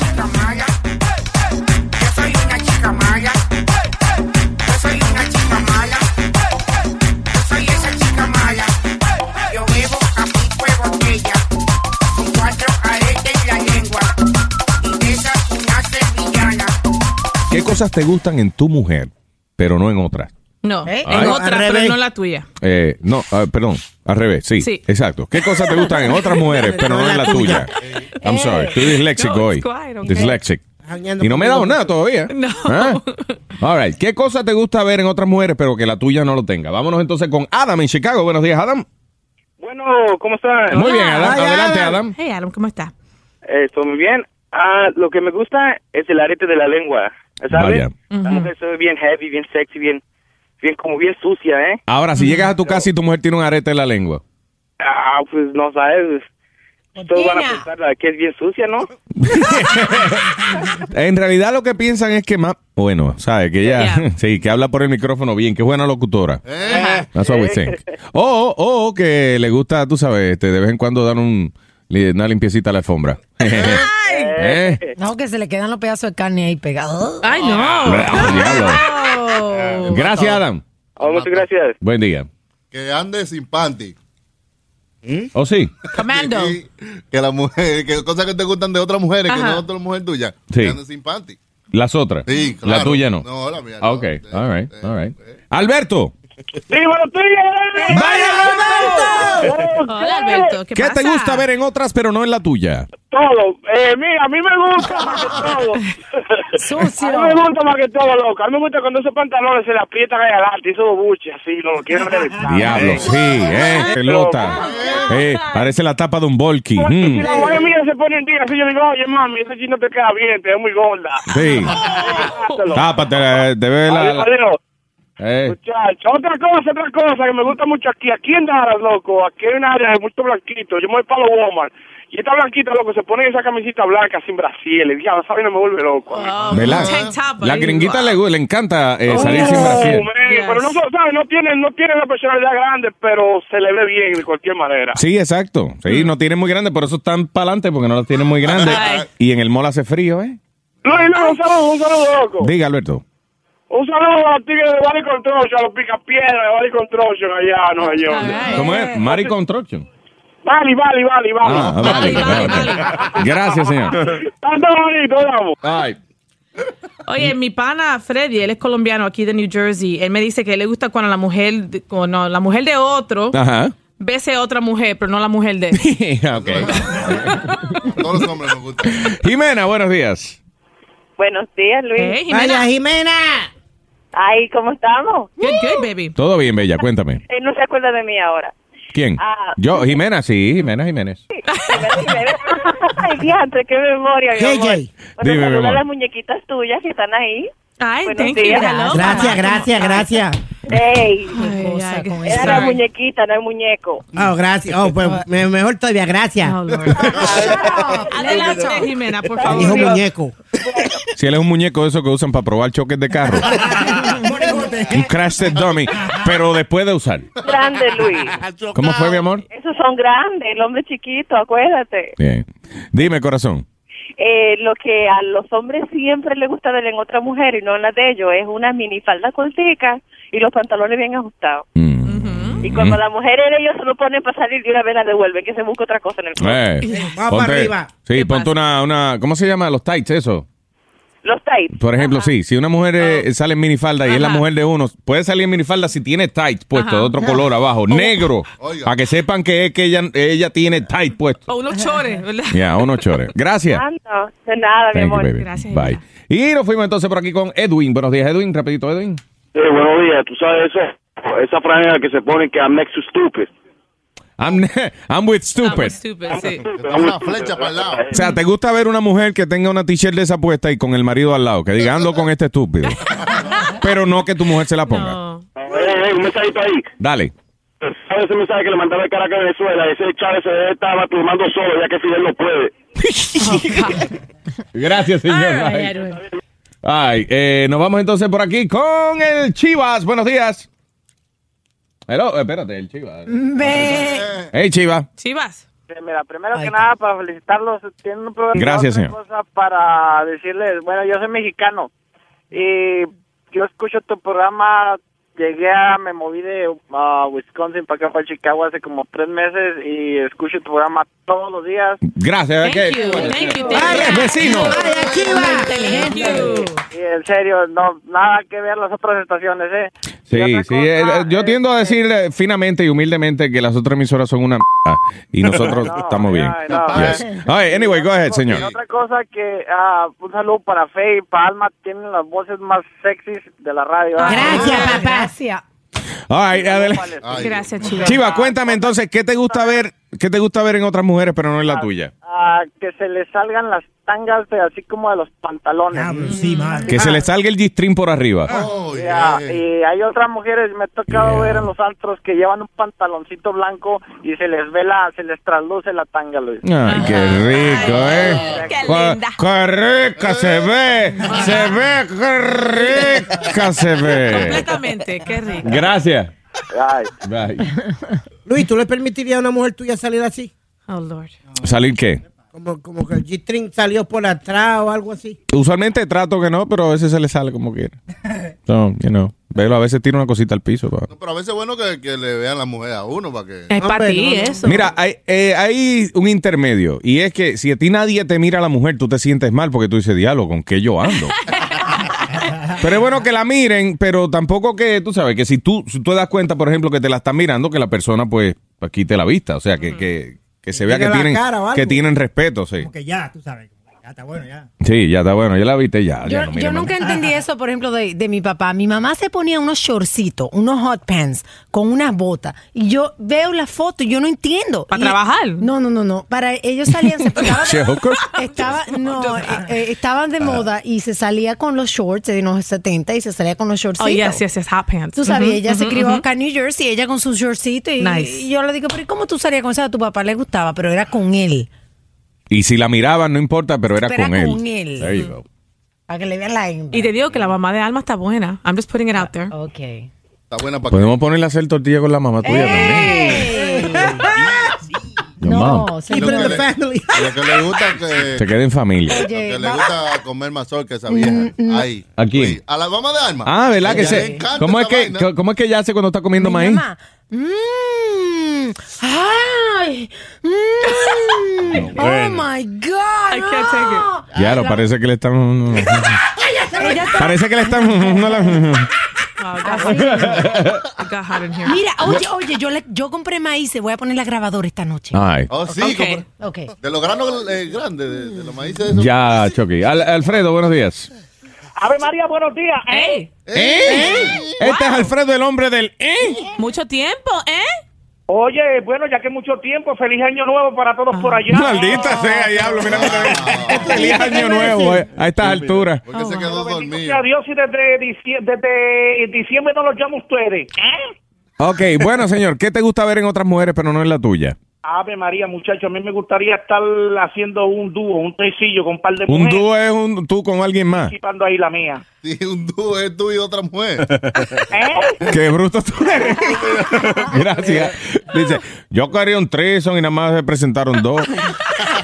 Yo soy una chica mala. Yo soy una chica mala. Yo soy esa chica mala. Yo bebo a pico de botella con cuatro aretes en la lengua y de esas una sevillana. ¿Qué cosas te gustan en tu mujer, pero no en otras? No, ¿Eh? en otra, pero no la tuya. Eh, no, uh, perdón, al revés, sí, sí, exacto. ¿Qué cosas te gustan en otras mujeres, pero no en la tuya? I'm sorry, estoy disléxico no, hoy. Okay. Disléxico. Y no me he dado nada todavía. No. ¿Ah? All right. ¿Qué cosas te gusta ver en otras mujeres, pero que la tuya no lo tenga? Vámonos entonces con Adam en Chicago. Buenos días, Adam. Bueno, ¿cómo estás? Muy bien, Adam. Hi, adelante, Adam. Hey, Adam, ¿cómo estás? Eh, estoy muy bien. Ah, lo que me gusta es el arete de la lengua, ¿sabes? Uh-huh. La mujer se ve bien heavy, bien sexy, bien... bien como bien sucia, ¿eh? Ahora, si llegas a tu casa y tu mujer tiene un arete en la lengua. Ah, pues no sabes. Todos van a pensar que es bien sucia, ¿no? En realidad lo que piensan es que más... Bueno, ¿sabes? Que ella... Yeah. Sí, que habla por el micrófono bien, que es buena locutora. Eh. That's what we think. O, o que le gusta, tú sabes, este, de vez en cuando dar un, una limpiecita a la alfombra. ¿Eh? No, que se le quedan los pedazos de carne ahí pegados. ¡Ay, no! Oh, gracias, Adam. Oh, muchas gracias. Buen día. Que ande sin panty. ¿Mm? ¿Oh, sí? Comando. Que, que la mujer, que cosas que te gustan de otras mujeres, Ajá. que no es otra mujer tuya. Sí. Que ande sin panty. ¿Las otras? Sí, claro. ¿La tuya no? No, la mía ah, no. Ok, all right, all right. Alberto. ¡Dímelo, tío! ¡Vaya, Alberto! Hola, Alberto. ¿Qué, ¿Qué pasa? te gusta ver en otras, pero no en la tuya? Todo. Eh, mira, a mí me gusta más que todo. Sucio. A mí me gusta más que todo, loco. A mí me gusta cuando esos pantalones se le aprietan ahí adelante y esos buches así, no lo quiero reventar. Diablo, sí, eh, pelota. Eh, parece la tapa de un volky. Si Mm. la mujer mía se pone en día así, yo digo, oye, mami, ese chino te queda bien, te ves muy gorda. Sí. Tápate, te ve la... la- Adiós. Eh. Muchacho, otra cosa, otra cosa que me gusta mucho aquí, aquí en Dallas, loco, aquí hay una área de mucho blanquito, yo me voy para los Walmart, y esta blanquita, loco, se pone esa camisita blanca sin brasiles, y ya, esa vaina me vuelve loco. Oh, ¿Verdad? tank top La ahí. gringuita le, le encanta eh, Oh, salir sin brasier. man, pero no, ¿sabes? No tiene, no tiene la personalidad grande, pero se le ve bien de cualquier manera. Sí, exacto. Sí, no tiene muy grande, por eso están para adelante, porque no las tiene muy grande. Ay. Y en el mall hace frío, ¿eh? Luis, Luis, un saludo, un saludo, loco. Diga, Alberto. Un saludo a los tigres de Valley Construction, a los picapiedras de Valley Construction allá en Nueva York. ¿Cómo es? Mari Construction. Vale, vale, vale, vale. Ah, vale, vale, vale. Gracias, señor. Tanto bonito, vamos. Ay. Oye, mi pana Freddy, él es colombiano aquí de New Jersey. Él me dice que le gusta cuando la mujer, de- cuando la mujer de otro Ajá. bese a otra mujer, pero no la mujer de él. Ok. Todos los hombres nos gustan. Jimena, buenos días. Buenos días, Luis. Hey, Jimena. Vaya, Jimena. Ay, ¿cómo estamos? Good, good, baby. Todo bien, bella, cuéntame. Él no se acuerda de mí ahora. ¿Quién? Ah. Yo, Jimena, sí, Jimena Jiménez. Ay, diantre, qué memoria, mi K J. amor. Bueno, Dime, mi saluda amor. a las muñequitas tuyas que están ahí. Ay, Buenos thank you. días. Hello. Gracias, gracias, gracias. Ey, Qué cosa ay, con qué era esa- la muñequita, no el muñeco. Oh, gracias. Oh, pues me- mejor todavía, gracias. Oh, Lord. Adelante, Jimena, por favor. Dijo muñeco. Si él es un muñeco de esos que usan para probar choques de carro. Un crash test dummy, pero después de usar. Grande, Luis. ¿Cómo fue, mi amor? Esos son grandes, el hombre chiquito, acuérdate. Bien. Dime, corazón. eh, lo que a los hombres siempre les gusta ver en otra mujer y no en la de ellos es una minifalda cortica y los pantalones bien ajustados. Y cuando la mujer de ellos se lo ponen para salir, de una vez la devuelven, que se busca otra cosa en el cuerpo. Eh, Vamos ponte- para arriba. Sí, ponte una, una, ¿cómo se llama? Los tights, eso. Los tights. Por ejemplo, sí, si una mujer eh, sale en minifalda y es la mujer de uno, puede salir en minifalda si tiene tights puesto de otro color abajo, negro, para que sepan que es que ella, ella tiene tights puesto. O unos chores, ¿verdad? Ya, unos chores. Gracias. Ah, no, de nada, mi Thank you, amor. baby. Gracias. Bye. Y nos fuimos entonces por aquí con Edwin. Buenos días, Edwin. Rapidito, Edwin. Sí, buenos días. Tú sabes eso, esa franela que se pone que I'm next to stupid. I'm, I'm with stupid. Stupid, sí. Una flecha para el lado. O sea, ¿te gusta ver una mujer que tenga una t-shirt de esa puesta y con el marido al lado? Que diga, ando con este estúpido. Pero no que tu mujer se la ponga. No. Eh, eh, un mensajito ahí. Dale. ¿Sabes ese mensaje que le mandaba el Caracas a Venezuela? Ese Chávez se estaba tomando solo ya que Fidel no puede. Gracias, señor. All Bye. right, Edwin. Ay, eh, nos vamos entonces por aquí con el Chivas. Buenos días. Hello, espérate, el Chivas. Ve. Hey, Chivas. Chivas. Sí, mira, primero que nada, para felicitarlos, tienen un programa. Gracias, otra señor. cosa para decirles, bueno, yo soy mexicano y yo escucho tu programa. Llegué a, me moví de uh, Wisconsin para acá, para Chicago hace como tres meses y escucho tu programa todos los días. Gracias. Thank ¿qué? you, thank you, thank Vaya, you. vecino. Thank you. Y en serio, no, nada que ver las otras estaciones, ¿eh? Y Sí, otra sí. cosa, eh, yo eh, tiendo a decir eh, finamente y humildemente que las otras emisoras son una m***, y nosotros No, estamos bien. no, no, Yes. eh. All right, anyway, go ahead, Y señor. otra cosa que, ah, un saludo para Faye y para Alma, tienen las voces más sexys de la radio. ¿eh? Gracias, papá. Gracias. All right, adelante. Ay, Gracias, Chivas. Chiva, cuéntame entonces, ¿qué te gusta ver? ¿Qué te gusta ver en otras mujeres, pero no en la tuya? Ah, que se le salgan las tangas de- así como de los pantalones. Sí, man. Que se le salga el G-string por arriba. oh, Ya, yeah. y hay otras mujeres, me ha tocado ver en los antros que llevan un pantaloncito blanco y se les ve la, se les trasluce la tanga, Luis. Ay, qué rico, ¿eh? Qué Cu- linda. ¡Qué rica se ve! ¡Se ve! ¡Qué rica se ve! Completamente, qué rico. Gracias. Ay. Bye. Luis, ¿tú le permitirías a una mujer tuya salir así? Oh, Lord. ¿Salir qué? Como, como que el G-string salió por atrás o algo así. Usualmente trato que no, pero a veces se le sale como quiera. So, you know, velo, a veces tira una cosita al piso. pa. No, pero a veces es bueno que, que le vean la mujer a uno para que... Es para Hombre, ti no, no. eso. Mira, hay, eh, hay un intermedio, y es que si a ti nadie te mira a la mujer, tú te sientes mal porque tú dices, diablo, ¿con qué yo ando? Pero es bueno que la miren, pero tampoco que, tú sabes, que si tú, si tú das cuenta, por ejemplo, que te la están mirando, que la persona, pues, quite la vista. O sea, que, que, que se vea que Tiene la tienen, cara o algo. que tienen respeto, sí. Como que ya, tú sabes. Ya está bueno, ya. Sí, ya está bueno, ya la viste, ya. ya Yo, no, yo mira, nunca mano. entendí eso, por ejemplo, de, de mi papá. Mi mamá se ponía unos shortcitos, unos hot pants, con unas botas. Y yo veo la foto y yo no entiendo. ¿Para Y- trabajar? No, no, no, no. Para ellos salían, se estaba, Choco. estaba, no, eh, eh, estaban de moda y se salía con los shorts de los setenta y se salía con los shortcitos. Oh, yes, yes, yes, hot pants. Tú sabes, Ujú, ella se ujú, crió ujú. acá en New Jersey, ella con sus shortcitos y, Nice. y yo le digo, pero ¿y cómo tú salías con eso? A tu papá le gustaba, pero era con él. Y si la miraban, no importa, pero era Pero con era él. con él. There you go. Para que le vean la hembra. Y te digo que la mamá de Alma está buena. I'm just putting it out there. Ok. Está buena para Podemos ponerle a hacer tortilla con la mamá tuya también. Your mom. No, Keep it in the family. Lo que le gusta que... Se quede en familia. Lo que le gusta comer mazor que esa vieja. Ay. ¿A quién? A la mamá de Alma. Ah, ¿verdad que Ella le se? encanta ¿Cómo es esa que, vaina. cómo es que ella hace cuando está comiendo maíz? Mamá. Mmm. Ay. Mmm. Oh Bueno. my God. I can't take it. Ya, lo parece que le están. Ella está- Parece que le están. Oh, it got hot. It got hot in here. Mira, oye, oye, yo, le, yo compré maíz, voy a poner la grabadora esta noche. Ay. Oh, sí. Okay. como- Ok. De los granos eh, grandes, de, de los maíces. esos. Ya, Chucky. Al- Alfredo, buenos días. Ave María, buenos días. Hey, ¿Eh? Este es Alfredo, el hombre del. ¿Eh? mucho tiempo, ¿eh? Oye, bueno, ya que mucho tiempo, feliz año nuevo para todos por allá. Maldita sea, diablo. Mira, mira. Feliz año nuevo eh, a estas alturas. Porque se quedó dormido. Gracias a Dios y desde diciembre, desde diciembre no los llamo ustedes. Ok, bueno, señor. ¿Qué te gusta ver en otras mujeres, pero no en la tuya? Ave María, muchachos, a mí me gustaría estar haciendo un dúo, un tresillo con un par de Un mujeres. dúo es un tú con alguien más. Participando ahí la mía. Sí, un dúo es tú y otra mujer. Qué bruto tú eres. Gracias. Dice, yo quería un trison y nada más se presentaron dos.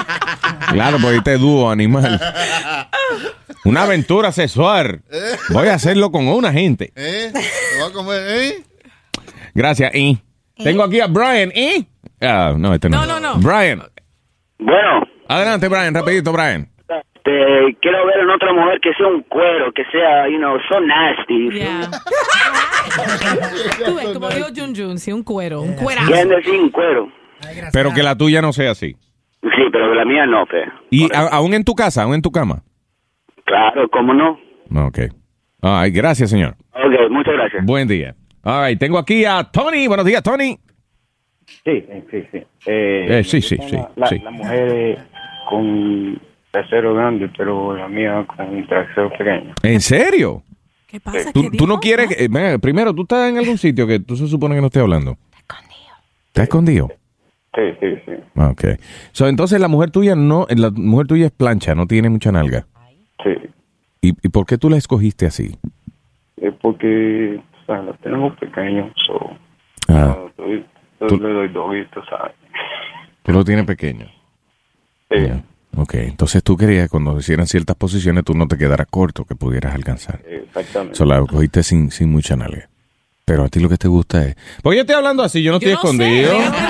Claro, porque este dúo animal. Una aventura sexual. Voy a hacerlo con una gente. ¿Eh? ¿Te va a comer, eh? Gracias, y tengo aquí a Brian, ¿y? Ah, no, este no. No, no, no. Brian. Bueno. Adelante, Brian, rapidito, Brian. Te quiero ver en otra mujer que sea un cuero, que sea, you know, so nasty. Yeah. Tú ves, como digo Jun Jun, sí, un cuero, un cuerazo. ¿Quién decir un cuero? Pero que la tuya no sea así. Sí, pero la mía no, fe. ¿Y a, aún en tu casa, aún en tu cama? Claro, ¿cómo no? Ok. Ay, gracias, señor. Ok, muchas gracias. Buen día. All right, tengo aquí a Tony. Buenos días, Tony. Sí, sí, sí. Eh, Eh, sí, sí, sí, La, sí. la mujer eh, con trasero grande, pero la mía con trasero pequeño. ¿En serio? ¿Qué pasa? ¿Tú, tú no quieres... que- eh, venga, primero, tú estás en algún sitio que tú se supone que no estés hablando. ¿Está escondido? Sí, sí, sí. Ok. So, entonces la mujer tuya no... La mujer tuya es plancha, no tiene mucha nalga. Sí. ¿Y, y por qué tú la escogiste así? Es porque, o sea, la tengo pequeño, so, Ah, doy, Tú- le doy doguito, ¿sabes? tú lo tienes pequeño. Sí. Yeah. Ok, entonces tú querías que cuando hicieran ciertas posiciones tú no te quedaras corto, que pudieras alcanzar. Exactamente. So, la cogiste sin, sin mucha nalga. Pero a ti lo que te gusta es... Porque yo estoy hablando así, yo no estoy escondido.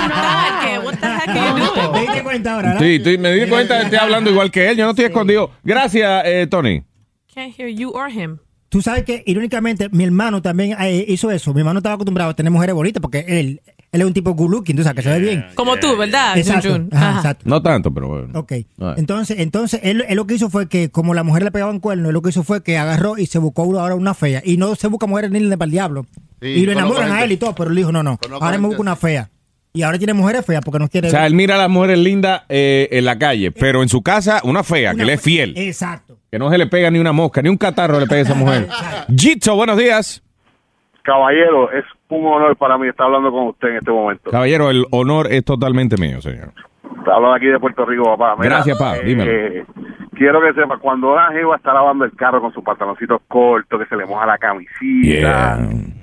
Me di cuenta ahora, ¿verdad? Sí, estoy- me di cuenta que estoy hablando igual que él, yo no estoy escondido. Gracias, eh, Tony. Can't hear you or him. Tú sabes que, irónicamente, mi hermano también eh, hizo eso. Mi hermano estaba acostumbrado a tener mujeres bonitas porque él, él es un tipo good looking, tú sabes, que se ve bien. Como tú, ¿verdad, Exacto. Jun Jun? Ajá, Ajá. exacto. No tanto, pero bueno. Ok. All right. Entonces, entonces él, él lo que hizo fue que, como la mujer le pegaban cuernos, él lo que hizo fue que agarró y se buscó ahora una fea. Y no se busca mujeres ni para el diablo. Sí, y lo conozco enamoran a gente. él y todo, pero él dijo, no, no, Conozco ahora me gente busco una fea. Y ahora tiene mujeres feas porque no quiere... O sea, él mira a las mujeres lindas eh, en la calle, pero en su casa una fea, que le es fiel. Exacto. Que no se le pega ni una mosca, ni un catarro le pega a esa mujer. Jitso, buenos días. Caballero, es un honor para mí estar hablando con usted en este momento. Caballero, el honor es totalmente mío, señor. Hablo aquí de Puerto Rico, papá. Mira, Gracias, pa, dímelo. eh, quiero que sepa, cuando una jeva está lavando el carro con sus pantaloncitos cortos, que se le moja la camisita,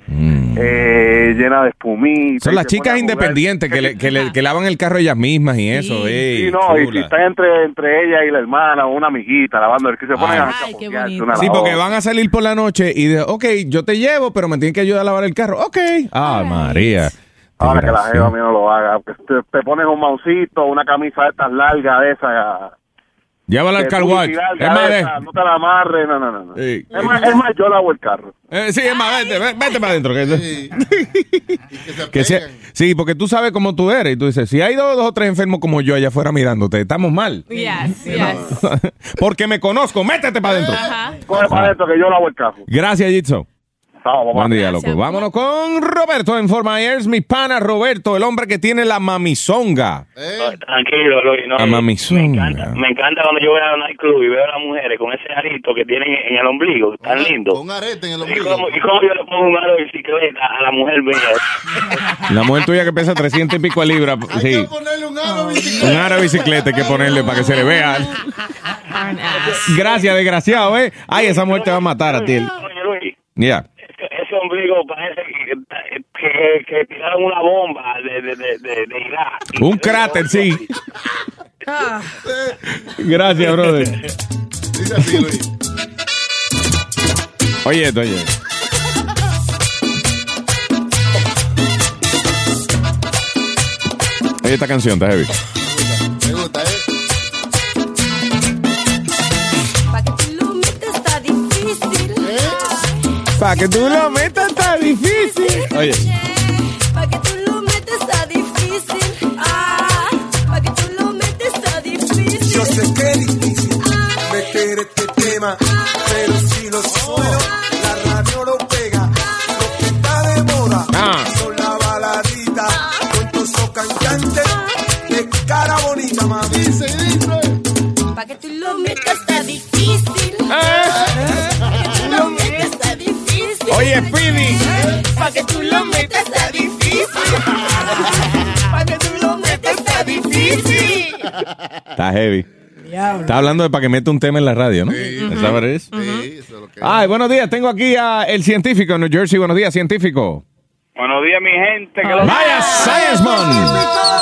eh, llena de espumita. Son y las se pone chicas a jugar. independientes que, le, que, le- que lavan el carro ellas mismas y eso. ey, Sí, no, y si chula. están entre, entre ella y la hermana o una amiguita lavando el que se ponen Ay. a chapotearse una a la Sí, porque otra. van a salir por la noche y de, ok, yo te llevo, pero me tienes que ayudar a lavar el carro. Ok. Ah, María. Ahora que la Desgracia. jeva a mí no lo haga. Te, te pones un maucito, una camisa de estas largas de esas. Llévala al de car wash. tuki larga Es más, de de- esas, no te la amarres, no, no, no. no. Sí. Es, más, es más, yo lavo el carro. Eh, sí, es más, vete, ve- vete para adentro. Que, que sea- sí, porque tú sabes cómo tú eres. Y tú dices, si hay dos, dos o tres enfermos como yo allá afuera mirándote, estamos mal. Yes, yes. Porque me conozco, métete para adentro. Coge para adentro que yo lavo el carro. Gracias, Jitso. Chao, papá. Buen día, loco. Vámonos con Roberto en Fort Myers, mi pana Roberto, el hombre que tiene la mamizonga. Tranquilo, Luis. No, La mamizonga. me encanta cuando yo voy a un nightclub y veo a las mujeres con ese arito que tienen en el ombligo, tan lindo. Un arete en el ¿Y ombligo. cómo, y cómo yo le pongo un aro de bicicleta a la mujer mía? La mujer tuya que pesa trescientos y pico de libras. Sí. Un aro de bicicleta hay que ponerle para que se le vea. Gracias, desgraciado, ¿eh? Ay, esa mujer te va a matar a ti. Oye, Luis, Ya. ese, ese ombligo parece que, que, que tiraron una bomba de, de, de, de, de Irak. Un cráter, sí. Gracias, brother. Dice así, Luis. Oye, esto, oye. Oye, esta canción, está heavy. Me gusta, ¿eh? Está difícil. Para que tú lo metas está difícil. Oye. Pa' que tú lo metes está difícil. Ah, pa' que tú lo metes está difícil. Yo sé que es difícil meter este tema, pero si lo sueno, la radio lo pega. Lo que está de moda Ah. son la baladita. Cuentos son cantantes de cara bonita, mami. Dice, dice. Pa' que tú lo metas está difícil. Eh. Pa' que tú lo metas está difícil. Oye, Speedy. Pa' que tú lo metas está difícil. Pa' que tú lo metas está difícil. Está heavy. Está hablando de para que meta un tema en la radio, ¿no? ¿Esa verdad es? Sí, eso es lo que Ay, buenos días. Tengo aquí a el científico en New Jersey. Buenos días, científico. Buenos días, mi gente. que lo- Vaya, Science Man.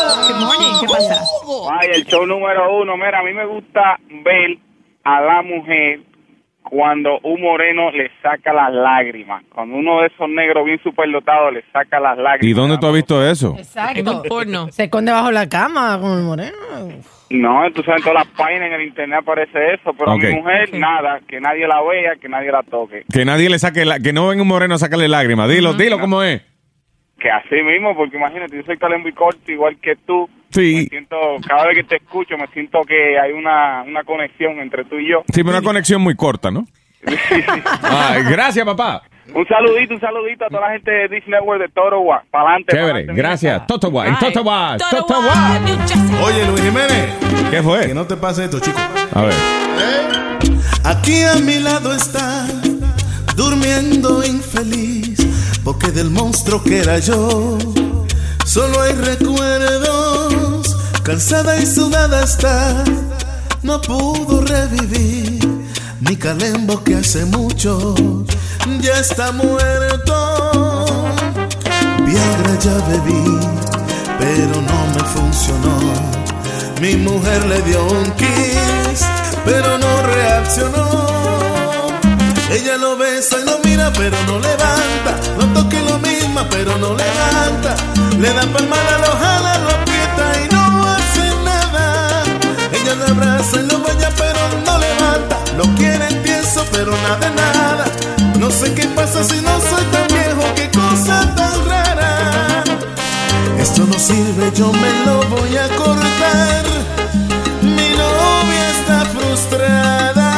Good morning, ¿qué pasa? Ay, el show número uno. Mira, a mí me gusta ver a la mujer cuando un moreno le saca las lágrimas. Cuando uno de esos negros bien superdotados le saca las lágrimas. ¿Y dónde tú has visto eso? Exacto. Se esconde bajo la cama con el moreno. No, tú sabes, en todas las páginas en el internet aparece eso, pero Ok. a mi mujer, nada, que nadie la vea, que nadie la toque. Que nadie le saque, la, que no venga un moreno a sacarle lágrimas. Dilo, dilo cómo es. Que así mismo, porque imagínate, yo soy talento y corto igual que tú. Sí. Me siento, cada vez que te escucho, me siento que hay una, una conexión entre tú y yo. Sí, pero una conexión muy corta, ¿no? Ay, gracias, papá. Un saludito, un saludito a toda la gente de Disney Network de Totowa. Para adelante. Chévere, gracias. Totowa, en Totowa, Totowa. Oye, Luis Jiménez. ¿Qué fue? Que no te pase esto, chico. A ver. Aquí a mi lado está, durmiendo infeliz, porque del monstruo que era yo, solo hay recuerdos. Cansada y sudada está, no pudo revivir. Mi Calembo que hace mucho ya está muerto. Viagra ya bebí, pero no me funcionó. Mi mujer le dio un kiss, pero no reaccionó. Ella lo besa y lo mira, pero no levanta. Lo toca y lo misma, pero no levanta. Le da palmada, lo jala, lo aprieta y no hace nada. Ella lo abraza y lo baña, pero no levanta. Lo quiere tieso, pero nada de nada. No sé qué pasa si no soy tan viejo, qué cosa tan rara. Esto no sirve, yo me lo voy a cortar. Mi novia está frustrada.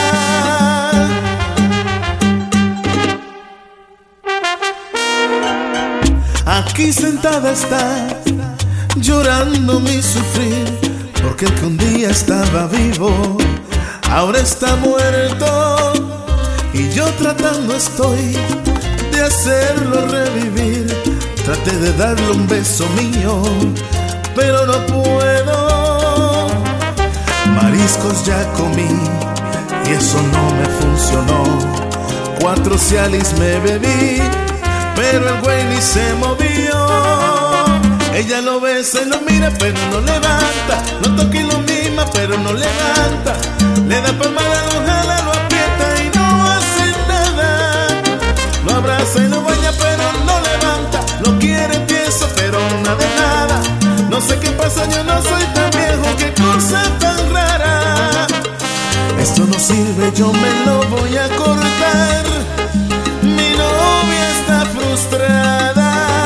Aquí sentada está, llorando mi sufrir, porque el que un día estaba vivo, ahora está muerto. Y yo tratando estoy de hacerlo revivir. Traté de darle un beso mío, pero no puedo. Mariscos ya comí y eso no me funcionó. Cuatro Cialis me bebí, pero el güey ni se movió. Ella lo besa y lo mira, pero no levanta. Lo toca y lo mima, pero no levanta. Le da palmada, lo jala, lo aprieta y no hace nada. Lo abraza y lo baña, pero no levanta. Lo quiere tieso, pero nada de nada. No sé qué pasa, yo no soy tan viejo, qué cosa tan rara. Esto no sirve, yo me lo voy a cortar. Mi novia está frustrada.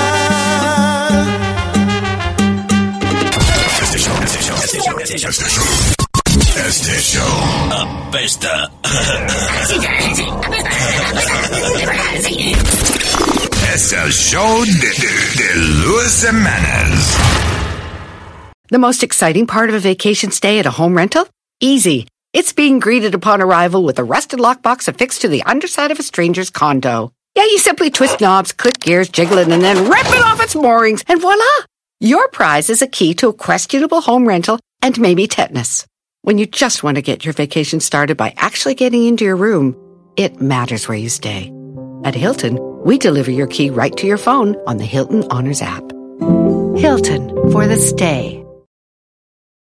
Este show, este show, este show, este show, este show. Este show apesta. Es el show de, de, de Luis Jiménez. The most exciting part of a vacation stay at a home rental? Easy. It's being greeted upon arrival with a rusted lockbox affixed to the underside of a stranger's condo. Yeah, you simply twist knobs, click gears, jiggle it, and then rip it off its moorings, and voila! Your prize is a key to a questionable home rental and maybe tetanus. When you just want to get your vacation started by actually getting into your room, it matters where you stay. At Hilton, we deliver your key right to your phone on the Hilton Honors app. Hilton for the stay.